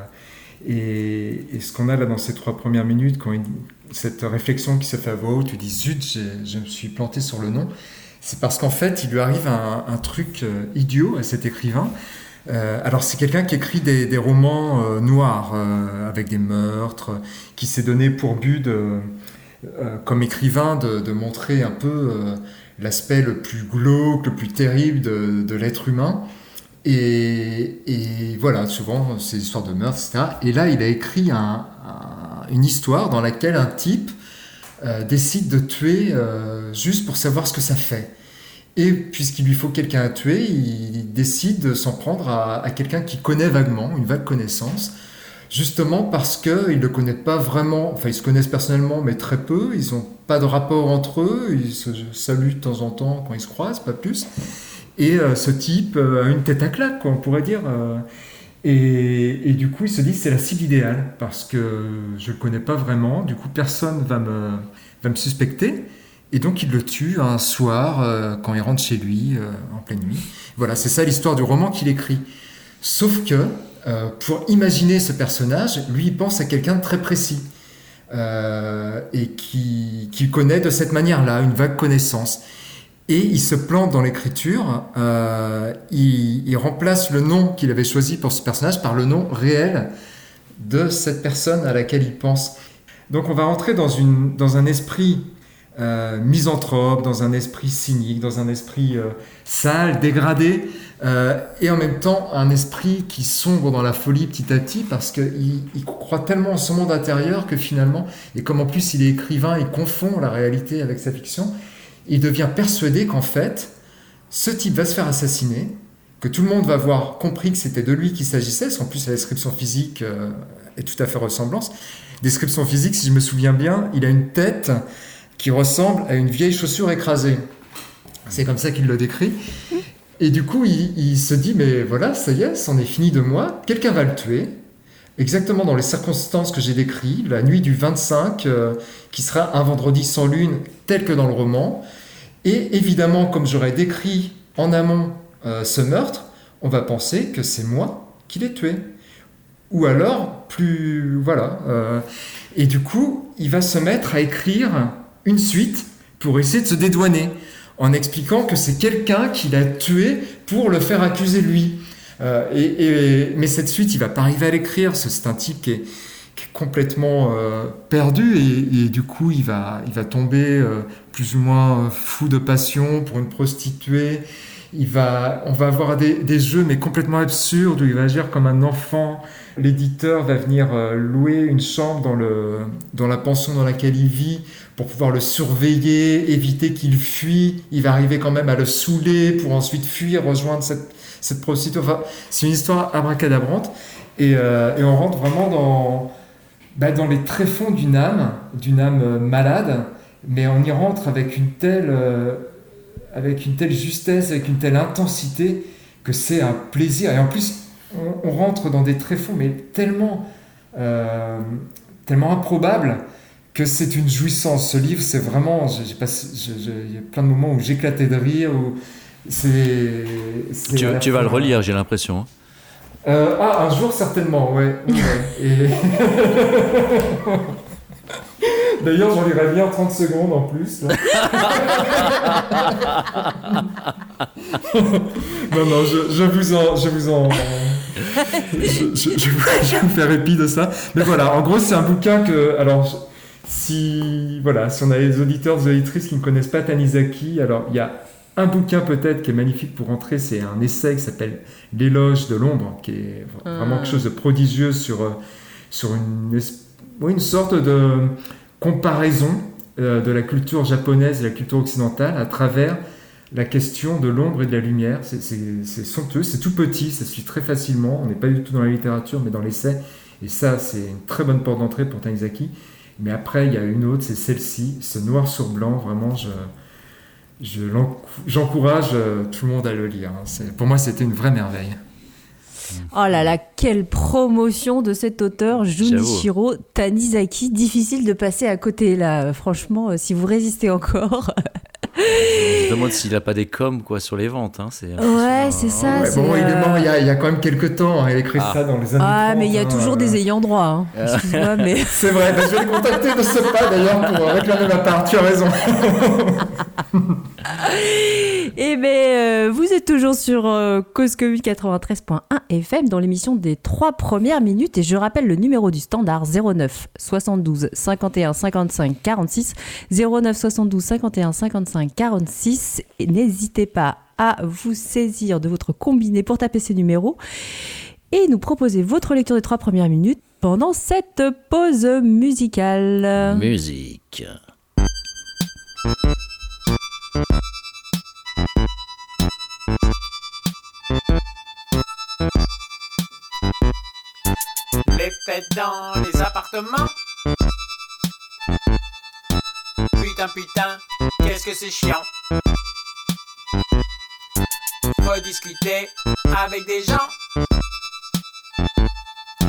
et, et ce qu'on a là dans ces trois premières minutes, quand il, cette réflexion qui se fait à voix haute, tu dis zut, j'ai, je me suis planté sur le nom. C'est parce qu'en fait, il lui arrive un, un truc euh, idiot à cet écrivain. Euh, alors, c'est quelqu'un qui écrit des, des romans euh, noirs, euh, avec des meurtres, qui s'est donné pour but, de, euh, comme écrivain, de, de montrer un peu... Euh, l'aspect le plus glauque, le plus terrible de, de l'être humain. Et, et voilà, souvent, c'est des histoires de meurtre, et cetera. Et là, il a écrit un, un, une histoire dans laquelle un type euh, décide de tuer euh, juste pour savoir ce que ça fait. Et puisqu'il lui faut quelqu'un à tuer, il décide de s'en prendre à, à quelqu'un qu'il connaît vaguement, une vague connaissance, justement parce qu'ils ne le connaissent pas vraiment, enfin ils se connaissent personnellement mais très peu, ils n'ont pas de rapport entre eux, ils se saluent de temps en temps quand ils se croisent, pas plus. Et euh, ce type euh, a une tête à claque, quoi, on pourrait dire. Euh, et, et du coup, il se dit c'est la cible idéale parce que je ne le connais pas vraiment, du coup personne va me, va me suspecter. Et donc il le tue un soir euh, quand il rentre chez lui euh, en pleine nuit. Voilà, c'est ça l'histoire du roman qu'il écrit. Sauf que euh, pour imaginer ce personnage, lui il pense à quelqu'un de très précis euh, et qui, qui connaît de cette manière-là, une vague connaissance. Et il se plante dans l'écriture, euh, il, il remplace le nom qu'il avait choisi pour ce personnage par le nom réel de cette personne à laquelle il pense. Donc on va rentrer dans, une, dans un esprit euh, misanthrope, dans un esprit cynique, dans un esprit euh, sale, dégradé, euh, et en même temps un esprit qui sombre dans la folie petit à petit parce qu'il il croit tellement en son monde intérieur que finalement, et comme en plus il est écrivain, il confond la réalité avec sa fiction, il devient persuadé qu'en fait, ce type va se faire assassiner, que tout le monde va avoir compris que c'était de lui qu'il s'agissait, parce qu'en plus la description physique euh, est tout à fait ressemblance. Description physique, si je me souviens bien, il a une tête qui ressemble à une vieille chaussure écrasée. C'est comme ça qu'il le décrit. Et du coup, il, il se dit, mais voilà, ça y est, c'en est fini de moi, quelqu'un va le tuer, exactement dans les circonstances que j'ai décrites, la nuit du vingt-cinq, euh, qui sera un vendredi sans lune, tel que dans le roman. Et évidemment, comme j'aurais décrit en amont euh, ce meurtre, on va penser que c'est moi qui l'ai tué. Ou alors, plus... Voilà. Euh, et du coup, il va se mettre à écrire une suite pour essayer de se dédouaner, en expliquant que c'est quelqu'un qui l'a tué pour le faire accuser lui. Euh, et, et, mais cette suite, il va pas arriver à l'écrire. C'est un type qui est, qui est complètement euh, perdu et, et du coup, il va, il va tomber euh, plus ou moins fou de passion pour une prostituée. Il va, on va avoir des, des jeux mais complètement absurdes où il va agir comme un enfant. L'éditeur va venir euh, louer une chambre dans, le, dans la pension dans laquelle il vit pour pouvoir le surveiller, éviter qu'il fuit. Il va arriver quand même à le saouler pour ensuite fuir, rejoindre cette cette prostituée. Enfin, c'est une histoire abracadabrante et, euh, et on rentre vraiment dans, bah, dans les tréfonds d'une âme, d'une âme malade, mais on y rentre avec une telle, euh, avec une telle justesse, avec une telle intensité que c'est un plaisir. Et en plus, on, on rentre dans des tréfonds, mais tellement, euh, tellement improbables que c'est une jouissance. Ce livre, c'est vraiment... J'ai, j'ai passé, j'ai, j'ai, il y a plein de moments où j'éclatais de rire, où C'est, c'est tu, tu vas le relire, j'ai l'impression. Euh, ah, un jour certainement, ouais. ouais. Et... D'ailleurs, j'en lirai bien trente secondes en plus. non, non, je, je vous en... Je vous en... je, je, je, je vais vous faire épi de ça. Mais voilà, en gros, c'est un bouquin que... Alors, si, voilà, si on a des auditeurs, des auditrices qui ne connaissent pas Tanizaki, alors il y a un bouquin peut-être qui est magnifique pour entrer, c'est un essai qui s'appelle L'éloge de l'ombre, qui est vraiment quelque chose de prodigieux sur, sur une, oui, une sorte de comparaison euh, de la culture japonaise et la culture occidentale à travers la question de l'ombre et de la lumière. C'est, c'est, c'est somptueux, c'est tout petit, ça se lit très facilement, on n'est pas du tout dans la littérature mais dans l'essai, et ça c'est une très bonne porte d'entrée pour Tanizaki. Mais après il y a une autre, c'est celle-ci, ce noir sur blanc, vraiment je... Je j'encourage euh, tout le monde à le lire. C'est, pour moi, c'était une vraie merveille. Oh là là, quelle promotion de cet auteur, Junichiro Tanizaki. Difficile de passer à côté, là. Franchement, euh, si vous résistez encore... Je me demande s'il n'a pas des coms quoi, sur les ventes. Hein. C'est ouais, c'est ça. Ouais, c'est bon, euh... il est mort il y, a, il y a quand même quelques temps. Il a écrit ah. ça dans les années Ah, trente, mais il y a hein, toujours euh... des ayants droit. Hein. Excuse-moi, mais... C'est vrai, bah, je vais les contacter de ce pas d'ailleurs pour réclamer ma part. Tu as raison. Eh bien, euh, vous êtes toujours sur euh, Cause Commune quatre-vingt-treize point un F M dans l'émission des trois premières minutes. Et je rappelle le numéro du standard zéro neuf soixante-douze cinquante et un cinquante-cinq quarante-six. zéro neuf soixante-douze cinquante et un cinquante-cinq quarante-six. Et n'hésitez pas à vous saisir de votre combiné pour taper ces numéros et nous proposer votre lecture des trois premières minutes pendant cette pause musicale. Musique. Les fêtes dans les appartements. Putain, putain, qu'est-ce que c'est chiant. Faut discuter avec des gens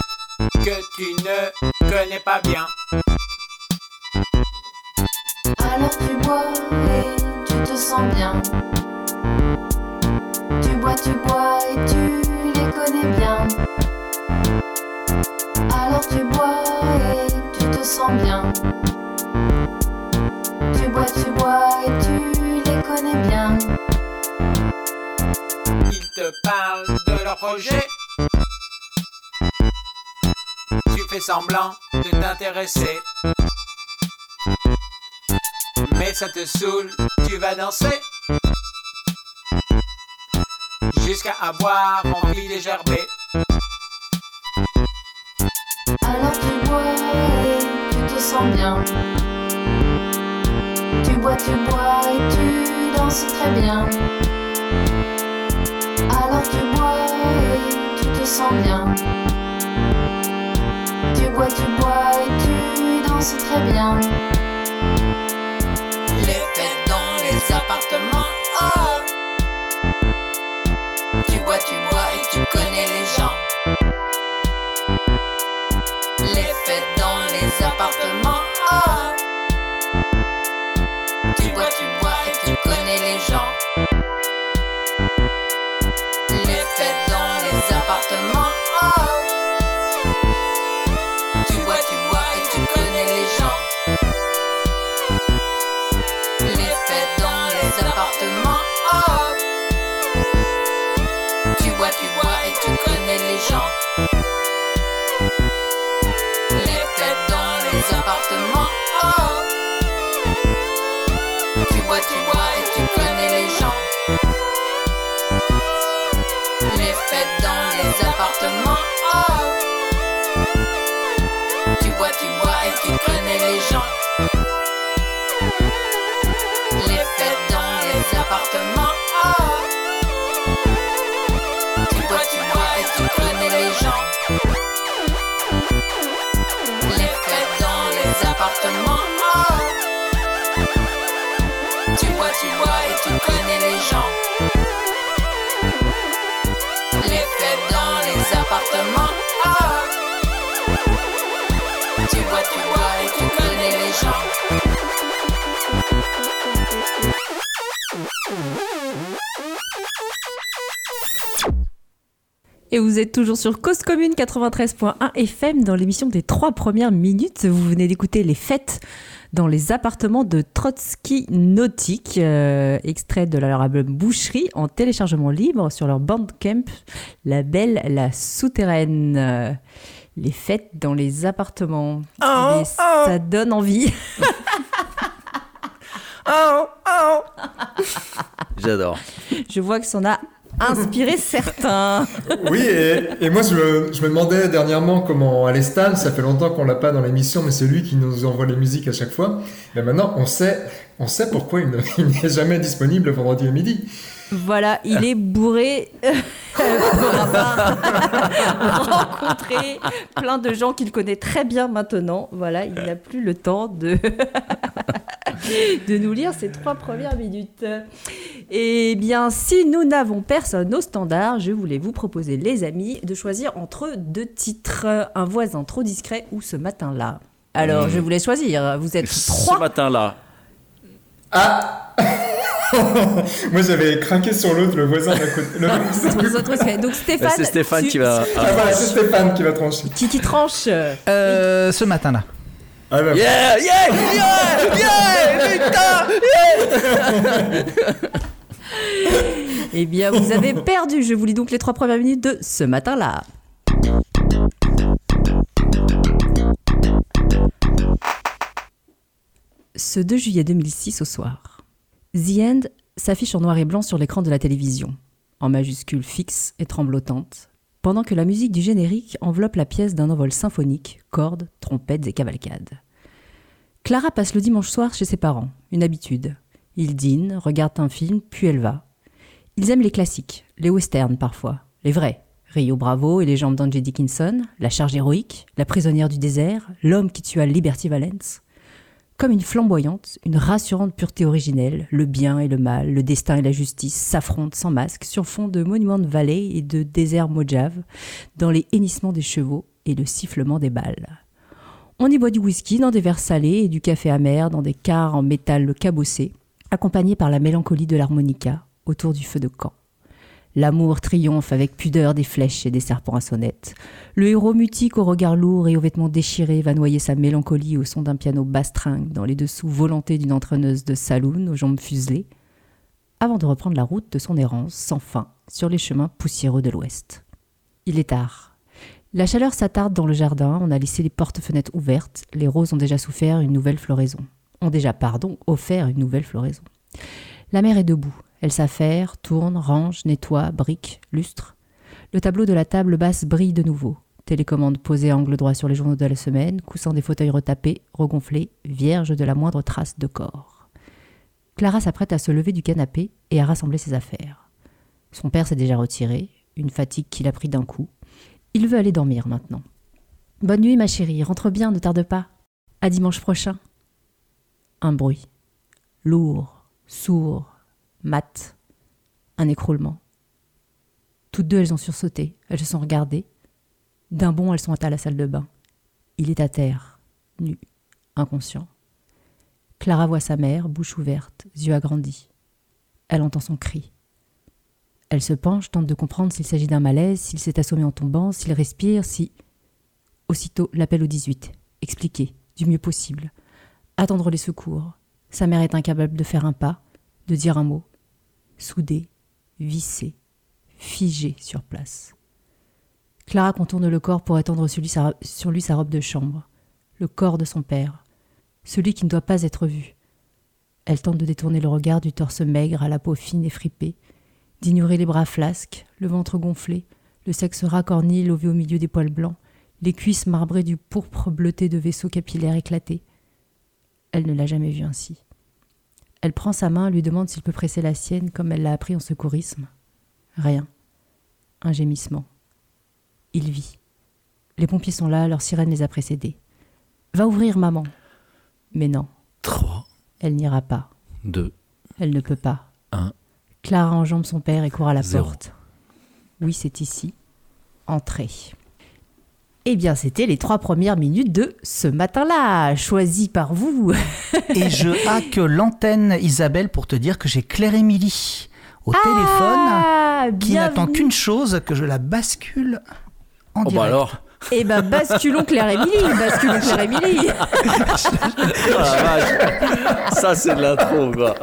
que tu ne connais pas bien. I Alors tu bois et tu te sens bien. Tu bois, tu bois et tu les connais bien. Alors tu bois et tu te sens bien. Tu bois, tu bois et tu les connais bien. Ils te parlent de leur projet. Tu fais semblant de t'intéresser. Mais ça te saoule, tu vas danser. Jusqu'à avoir envie de gerber. Alors tu bois et tu te sens bien. Tu bois, tu bois et tu danses très bien. Alors tu bois et tu te sens bien. Tu bois, tu bois et tu danses très bien. Les fêtes dans les appartements, oh. Tu bois, tu bois et tu connais les gens. Les fêtes dans les appartements, oh. Tu bois, tu bois et tu connais les gens. Les fêtes dans les appartements, oh. Tu bois, tu bois et tu connais les gens. Les fêtes dans les appartements, oh. Tu bois, tu bois et tu connais les gens. Les fêtes dans les appartements, oh. Tu bois, tu bois et tu connais les gens. Les fêtes dans les appartements, oh. Tu bois, tu bois et tu connais les gens. Les fêtes dans les appartements, oh. Tu bois, tu bois et tu connais les gens. Les fêtes dans les appartements, oh. Tu bois, tu bois et tu connais les gens. Les fêtes dans les appartements, oh. Tu bois, tu bois et tu connais les gens. Et vous êtes toujours sur Cause Commune quatre-vingt-treize point un F M dans l'émission des trois premières minutes. Vous venez d'écouter Les Fêtes dans les appartements de Trotsky Nautique, euh, extrait de leur album Boucherie en téléchargement libre sur leur Bandcamp, label La Souterraine. Euh, les Fêtes dans les appartements. Oh, Et oh. ça donne envie. Oh, oh. J'adore. Je vois que ça en a inspiré certains. Oui, et, et moi je me, je me demandais dernièrement comment allait Stan, ça fait longtemps qu'on l'a pas dans l'émission, mais c'est lui qui nous envoie les musiques à chaque fois. Mais maintenant on sait, on sait pourquoi il, ne, il n'est jamais disponible le vendredi à midi. Voilà, il est bourré. On n'aura pas rencontré plein de gens qu'il connaît très bien maintenant. Voilà, il n'a plus le temps de, de nous lire ces trois premières minutes. Eh bien, si nous n'avons personne au standard, je voulais vous proposer, les amis, de choisir entre deux titres. Un voisin trop discret ou Ce matin-là. Alors, mmh. je voulais choisir. Vous êtes trois. Ce matin-là. Ah. Moi j'avais craqué sur l'autre, le voisin d'à côté. Le... Donc Stéphane, c'est Stéphane tu... qui va. Ah voilà, c'est Stéphane qui va trancher. Qui, qui tranche euh, Ce matin-là. Ah bah, yeah, yeah, yeah, yeah, putain, yeah. Eh bien, vous avez perdu. Je vous lis donc les trois premières minutes de Ce matin-là. Ce deux juillet deux mille six au soir. The End s'affiche en noir et blanc sur l'écran de la télévision, en majuscules fixes et tremblotantes, pendant que la musique du générique enveloppe la pièce d'un envol symphonique, cordes, trompettes et cavalcades. Clara passe le dimanche soir chez ses parents, une habitude. Ils dînent, regardent un film, puis elle va. Ils aiment les classiques, les westerns parfois, les vrais. Rio Bravo et les jambes d'Angie Dickinson, La charge héroïque, La prisonnière du désert, L'homme qui tua Liberty Valance. Comme une flamboyante, une rassurante pureté originelle, le bien et le mal, le destin et la justice s'affrontent sans masque sur fond de Monument Valley et de désert Mojave, dans les hennissements des chevaux et le sifflement des balles. On y boit du whisky dans des verres salés et du café amer dans des quarts en métal cabossé, accompagnés par la mélancolie de l'harmonica autour du feu de camp. L'amour triomphe avec pudeur des flèches et des serpents à sonnettes. Le héros mutique au regard lourd et aux vêtements déchirés va noyer sa mélancolie au son d'un piano bastringue dans les dessous volantés d'une entraîneuse de saloon aux jambes fuselées, avant de reprendre la route de son errance sans fin sur les chemins poussiéreux de l'Ouest. Il est tard. La chaleur s'attarde dans le jardin, on a laissé les portes-fenêtres ouvertes, les roses ont déjà souffert une nouvelle floraison. Ont déjà, pardon, offert une nouvelle floraison. La mère est debout. Elle s'affaire, tourne, range, nettoie, brique, lustre. Le tableau de la table basse brille de nouveau. Télécommande posée angle droit sur les journaux de la semaine, coussant des fauteuils retapés, regonflés, vierges de la moindre trace de corps. Clara s'apprête à se lever du canapé et à rassembler ses affaires. Son père s'est déjà retiré, une fatigue qu'il a pris d'un coup. Il veut aller dormir maintenant. Bonne nuit ma chérie, rentre bien, ne tarde pas. À dimanche prochain. Un bruit. Lourd, sourd. Mat, un écroulement. Toutes deux, elles ont sursauté, elles se sont regardées. D'un bond, elles sont à la salle de bain. Il est à terre, nu, inconscient. Clara voit sa mère, bouche ouverte, yeux agrandis. Elle entend son cri. Elle se penche, tente de comprendre s'il s'agit d'un malaise, s'il s'est assommé en tombant, s'il respire, si... Aussitôt, l'appel au dix-huit. Expliquer, du mieux possible. Attendre les secours. Sa mère est incapable de faire un pas, de dire un mot. Soudée, vissée, figée sur place. Clara contourne le corps pour étendre sur lui, sa, sur lui sa robe de chambre, le corps de son père, celui qui ne doit pas être vu. Elle tente de détourner le regard du torse maigre à la peau fine et fripée, d'ignorer les bras flasques, le ventre gonflé, le sexe racorni lové au milieu des poils blancs, les cuisses marbrées du pourpre bleuté de vaisseaux capillaires éclatés. Elle ne l'a jamais vu ainsi. Elle prend sa main, lui demande s'il peut presser la sienne comme elle l'a appris en secourisme. Rien. Un gémissement. Il vit. Les pompiers sont là, leur sirène les a précédés. Va ouvrir, maman. Mais non. Trois. Elle n'ira pas. Deux. Elle ne peut pas. Un. Clara enjambe son père et court à la Zéro. porte. Oui, c'est ici. Entrez. Eh bien, c'était les trois premières minutes de ce matin-là, choisies par vous. Et je hack l'antenne, Isabelle, pour te dire que j'ai Claire-Émilie au Ah, téléphone, qui bienvenue. n'attend qu'une chose, que je la bascule en Oh direct. bah alors. Eh ben, basculons Claire-Émilie, basculons Claire-Émilie. Oh la vache. Ça c'est de l'intro quoi.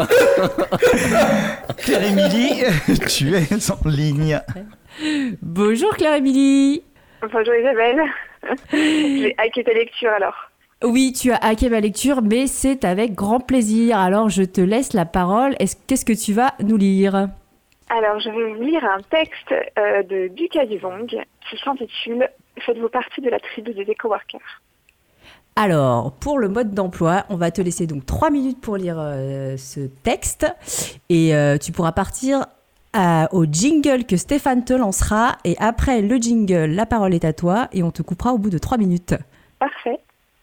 Claire-Émilie, tu es en ligne. Bonjour Claire-Émilie. Bonjour Isabelle. J'ai hacké ta lecture alors. Oui, tu as hacké ma lecture, mais c'est avec grand plaisir. Alors, je te laisse la parole. Est-ce, qu'est-ce que tu vas nous lire ? Alors, je vais vous lire un texte euh, de Duca Duvong qui s'intitule « Faites-vous partie de la tribu des éco-workers ». Alors, pour le mode d'emploi, on va te laisser donc trois minutes pour lire euh, ce texte. Et euh, tu pourras partir à, au jingle que Stéphane te lancera. Et après le jingle, la parole est à toi. Et on te coupera au bout de trois minutes. Parfait.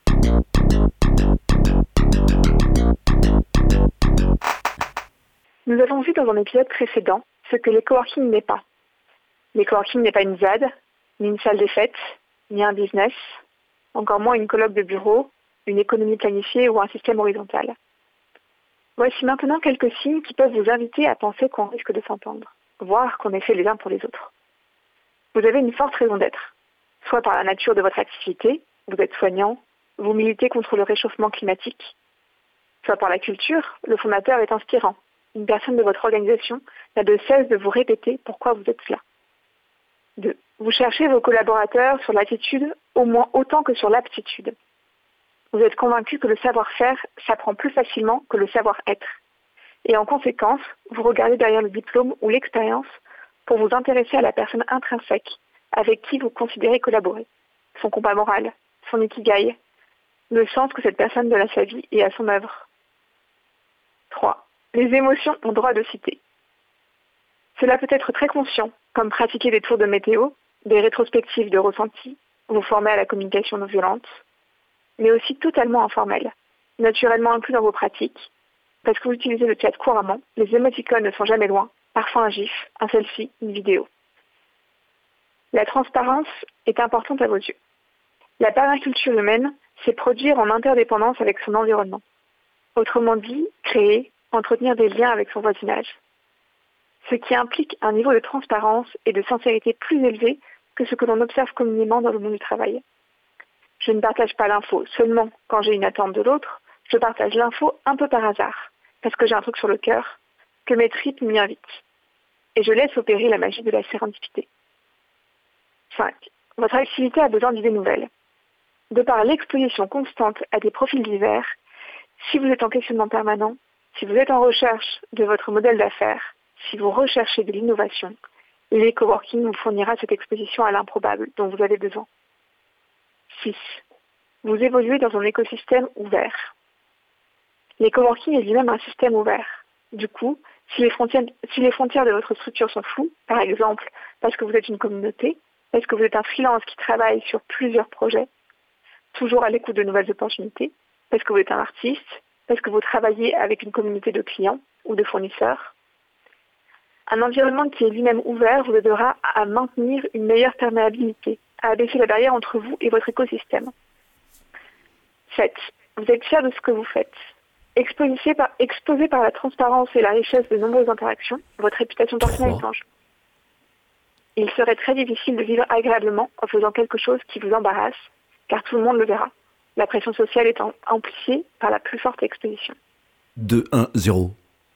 Nous avons vu dans un épisode précédent ce que l'éco-working n'est pas. L'éco-working n'est pas une Z A D, ni une salle des fêtes, ni un business, encore moins une colloque de bureau, une économie planifiée ou un système horizontal. Voici maintenant quelques signes qui peuvent vous inviter à penser qu'on risque de s'entendre, voire qu'on est fait les uns pour les autres. Vous avez une forte raison d'être, soit par la nature de votre activité, vous êtes soignant, vous militez contre le réchauffement climatique, soit par la culture, le fondateur est inspirant. Une personne de votre organisation n'a de cesse de vous répéter pourquoi vous êtes là. deux. Vous cherchez vos collaborateurs sur l'attitude au moins autant que sur l'aptitude. Vous êtes convaincu que le savoir-faire s'apprend plus facilement que le savoir-être. Et en conséquence, vous regardez derrière le diplôme ou l'expérience pour vous intéresser à la personne intrinsèque avec qui vous considérez collaborer, son combat moral, son ikigai, le sens que cette personne donne à sa vie et à son œuvre. trois. Les émotions ont droit de citer. Cela peut être très conscient, comme pratiquer des tours de météo, des rétrospectives de ressenti, vous former à la communication non violente, mais aussi totalement informel, naturellement inclus dans vos pratiques, parce que vous utilisez le chat couramment, les émoticônes ne sont jamais loin, parfois un gif, un selfie, une vidéo. La transparence est importante à vos yeux. La permaculture humaine c'est produire en interdépendance avec son environnement. Autrement dit, créer, entretenir des liens avec son voisinage. Ce qui implique un niveau de transparence et de sincérité plus élevé que ce que l'on observe communément dans le monde du travail. Je ne partage pas l'info seulement quand j'ai une attente de l'autre, je partage l'info un peu par hasard, parce que j'ai un truc sur le cœur, que mes tripes m'y invitent. Et je laisse opérer la magie de la sérendipité. cinq. Votre activité a besoin d'idées nouvelles. De par l'exposition constante à des profils divers, si vous êtes en questionnement permanent, si vous êtes en recherche de votre modèle d'affaires, si vous recherchez de l'innovation, les coworking vous fournira cette exposition à l'improbable dont vous avez besoin. six. Vous évoluez dans un écosystème ouvert. Les coworking est lui-même un système ouvert. Du coup, si les, frontières, si les frontières de votre structure sont floues, par exemple parce que vous êtes une communauté, parce que vous êtes un freelance qui travaille sur plusieurs projets, toujours à l'écoute de nouvelles opportunités, parce que vous êtes un artiste, parce que vous travaillez avec une communauté de clients ou de fournisseurs, un environnement qui est lui-même ouvert vous aidera à maintenir une meilleure perméabilité, à abaisser la barrière entre vous et votre écosystème. sept. Vous êtes fier de ce que vous faites. Exposé par, exposé par la transparence et la richesse de nombreuses interactions, votre réputation personnelle est en jeu. Il serait très difficile de vivre agréablement en faisant quelque chose qui vous embarrasse, car tout le monde le verra. La pression sociale étant amplifiée par la plus forte exposition. deux un zéro.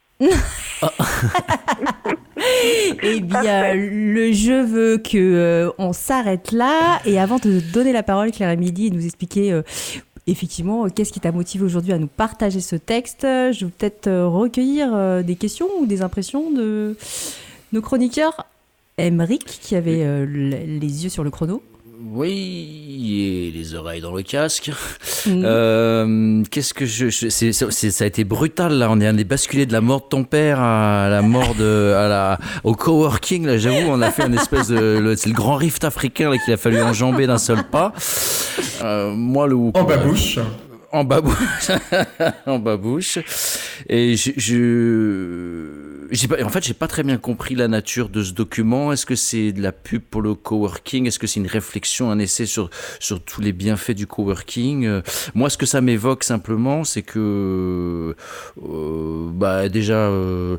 Eh bien, le jeu veut que euh, on s'arrête là. Et avant de donner la parole, Claire Émilie, et nous expliquer euh, effectivement qu'est-ce qui t'a motivé aujourd'hui à nous partager ce texte, je vais peut-être euh, recueillir euh, des questions ou des impressions de nos chroniqueurs. Émeric, qui avait euh, les yeux sur le chrono. Oui, et les oreilles dans le casque. Mmh. Euh, qu'est-ce que je, je c'est, c'est, ça a été brutal là. On est allé basculer de la mort de ton père à la mort de, à la, au coworking. Là, j'avoue, on a fait une espèce de, le, c'est le grand rift africain là qu'il a fallu enjamber d'un seul pas. Euh, moi le. En babouche. En babouche, en babouche. Et je, je j'ai pas, en fait, j'ai pas très bien compris la nature de ce document. Est-ce que c'est de la pub pour le coworking ? Est-ce que c'est une réflexion, un essai sur sur tous les bienfaits du coworking ? euh, Moi, ce que ça m'évoque simplement, c'est que, euh, bah déjà, euh,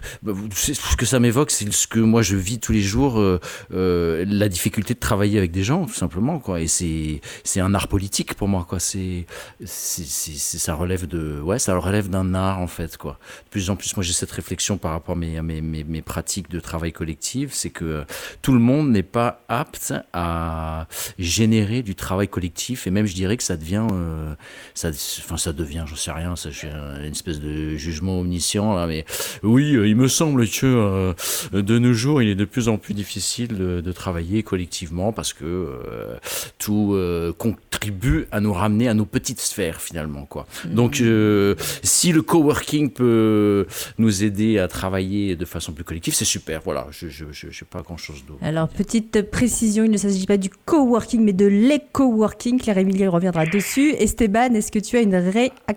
ce que ça m'évoque, c'est ce que moi je vis tous les jours, euh, euh, la difficulté de travailler avec des gens, tout simplement, quoi. Et c'est c'est un art politique pour moi, quoi. C'est C'est, c'est, c'est, ça relève de, ouais, ça relève d'un art en fait, quoi. De plus en plus, moi j'ai cette réflexion par rapport à mes, mes, mes, mes pratiques de travail collectif, c'est que euh, tout le monde n'est pas apte à générer du travail collectif, et même je dirais que ça devient, euh, ça, enfin ça devient, j'en sais rien, ça, j'ai une espèce de jugement omniscient là, mais oui, euh, il me semble que euh, de nos jours, il est de plus en plus difficile de, de travailler collectivement parce que euh, tout euh, contribue à nous ramener à nos petites sphères finalement, quoi. Mmh. Donc euh, si le coworking peut nous aider à travailler de façon plus collective, c'est super. Voilà, je je je j'ai pas grand chose d'autre. Alors petite précision, il ne s'agit pas du coworking mais de l'éco-working. Claire Émilie reviendra dessus. Esteban, est-ce que tu as une réaction ?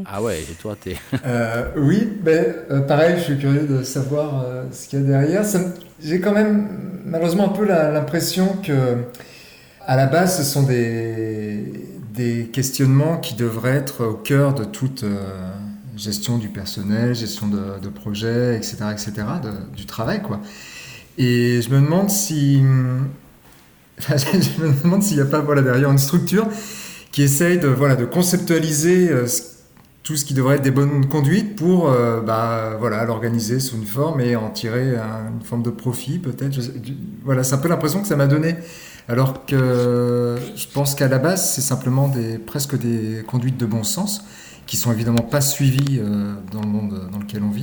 Ah ouais, et toi t'es euh, oui, ben euh, pareil, je suis curieux de savoir euh, ce qu'il y a derrière. Ça, j'ai quand même malheureusement un peu la, l'impression que à la base ce sont des des questionnements qui devraient être au cœur de toute euh, gestion du personnel, gestion de, de projets, et cetera, et cetera, de, du travail, quoi. Et je me demande si, enfin, je me demande s'il n'y a pas, voilà, derrière une structure qui essaye de, voilà, de conceptualiser euh, tout ce qui devrait être des bonnes conduites pour, euh, bah, voilà, l'organiser sous une forme et en tirer un, une forme de profit, peut-être. Je, voilà, c'est un peu l'impression que ça m'a donné. Alors que je pense qu'à la base, c'est simplement des, presque des conduites de bon sens qui sont évidemment pas suivies euh, dans le monde dans lequel on vit.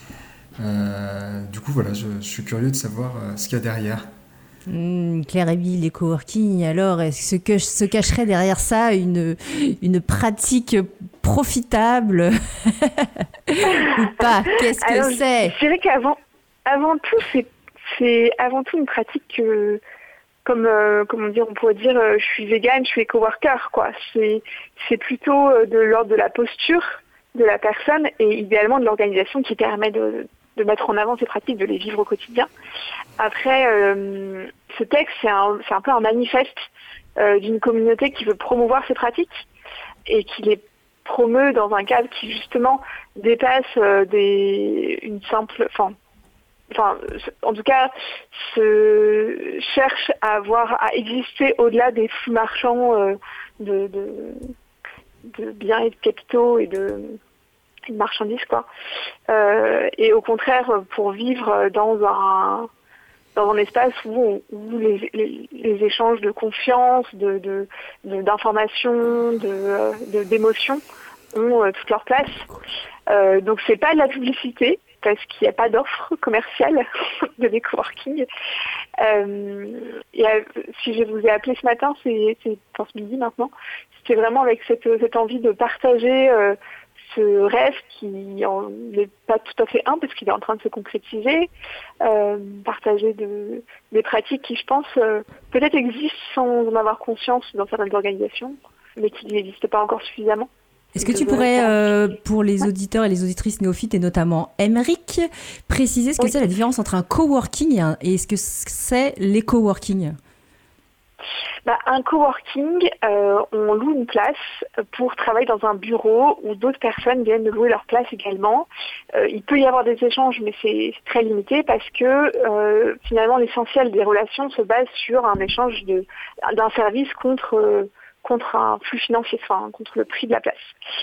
Euh, du coup, voilà, je, je suis curieux de savoir euh, ce qu'il y a derrière. Mmh, Claire Émilie, les coworking, alors, est-ce que se cacherait derrière ça une, une pratique profitable ou pas ? Qu'est-ce que alors, c'est ? Je dirais qu'avant avant tout, c'est, c'est avant tout une pratique... Euh, Comme, euh, comment dire, on pourrait dire, euh, je suis végane, je suis coworker, quoi. C'est, c'est plutôt euh, de l'ordre de la posture de la personne et idéalement de l'organisation qui permet de, de mettre en avant ces pratiques, de les vivre au quotidien. Après, euh, ce texte, c'est un, c'est un peu un manifeste euh, d'une communauté qui veut promouvoir ces pratiques. et qui les promeut dans un cadre qui justement dépasse euh, des, une simple... Enfin, enfin, en tout cas, se cherche à avoir, à exister au-delà des flux marchands euh, de, de, de biens et de capitaux et de, et de marchandises, quoi. Euh, et au contraire, pour vivre dans un dans un espace où, où les, les, les échanges de confiance, de, de, de d'informations, de, de d'émotions ont euh, toute leur place. Euh, donc c'est pas de la publicité, parce qu'il n'y a pas d'offre commerciale de l'écoworking. Euh, et euh, si je vous ai appelé ce matin, c'est, c'est enfin, ce midi maintenant, c'était vraiment avec cette, cette envie de partager euh, ce rêve qui n'est pas tout à fait un, parce qu'il est en train de se concrétiser, euh, partager de, des pratiques qui, je pense, euh, peut-être existent sans en avoir conscience dans certaines organisations, mais qui n'existent pas encore suffisamment. Est-ce que tu pourrais, euh, pour les auditeurs et les auditrices néophytes, et notamment Émeric, préciser ce que oui. c'est la différence entre un coworking et, un, et ce que c'est l'éco-working ? Bah, un coworking, euh, on loue une place pour travailler dans un bureau où d'autres personnes viennent de louer leur place également. Euh, il peut y avoir des échanges, mais c'est, c'est très limité parce que euh, finalement l'essentiel des relations se base sur un échange de, d'un service contre... Euh, contre un flux financier, enfin contre le prix de la place.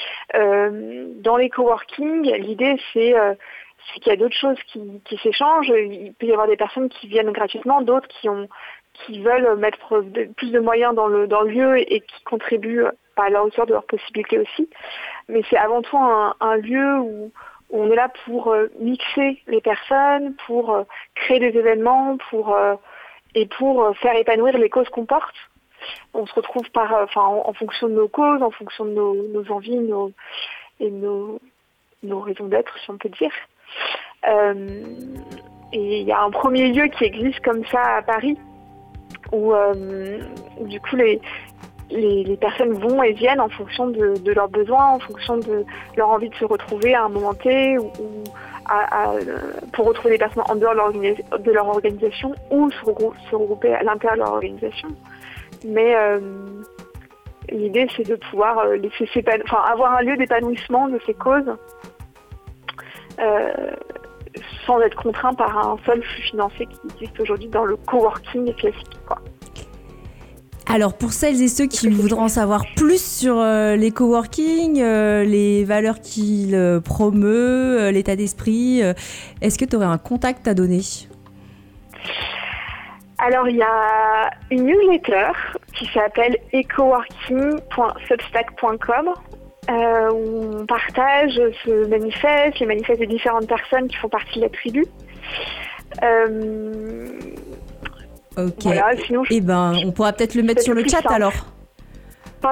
Euh, dans les coworking, l'idée c'est, euh, c'est qu'il y a d'autres choses qui, qui s'échangent. Il peut y avoir des personnes qui viennent gratuitement, d'autres qui ont qui veulent mettre de, plus de moyens dans le dans le lieu et, et qui contribuent à la hauteur de leurs possibilités aussi. Mais c'est avant tout un, un lieu où, où on est là pour euh, mixer les personnes, pour euh, créer des événements, pour euh, et pour euh, faire épanouir les causes qu'on porte. On se retrouve par, enfin, en, en fonction de nos causes, en fonction de nos, nos envies, nos, et nos, nos raisons d'être, si on peut dire. Euh, et il y a un premier lieu qui existe comme ça à Paris, où, euh, où du coup les, les, les personnes vont et viennent en fonction de, de leurs besoins, en fonction de leur envie de se retrouver à un moment T, ou, ou à, à, pour retrouver des personnes en dehors de leur, organi- de leur organisation, ou se, regrou- se regrouper à l'intérieur de leur organisation. Mais euh, l'idée, c'est de pouvoir euh, laisser s'épan- enfin, avoir un lieu d'épanouissement de ces causes euh, sans être contraint par un seul flux financier qui existe aujourd'hui dans le coworking classique, quoi. Alors, pour celles et ceux qui voudraient en savoir plus sur euh, les coworking, euh, les valeurs qu'il euh, promeut, euh, l'état d'esprit, euh, est-ce que tu aurais un contact à donner ? Alors, il y a une newsletter qui s'appelle ecoworking point substack point com euh, où on partage ce manifeste, les manifestes des différentes personnes qui font partie de la tribu. Euh, ok. Voilà, sinon, eh ben, on pourra peut-être le mettre sur le chat simple. Alors. Pardon ?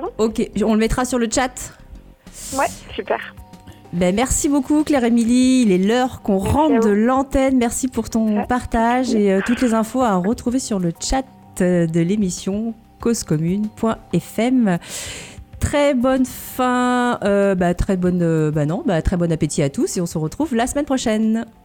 Ok, on le mettra sur le chat. Ouais, super. Ben, merci beaucoup Claire-Émilie, il est l'heure qu'on rentre de l'antenne. Merci pour ton ouais. partage et euh, toutes les infos à retrouver sur le chat de l'émission cause commune point f m. Très bonne fin, euh, bah, très bonne, euh, bah non, bah, très bon appétit à tous et on se retrouve la semaine prochaine.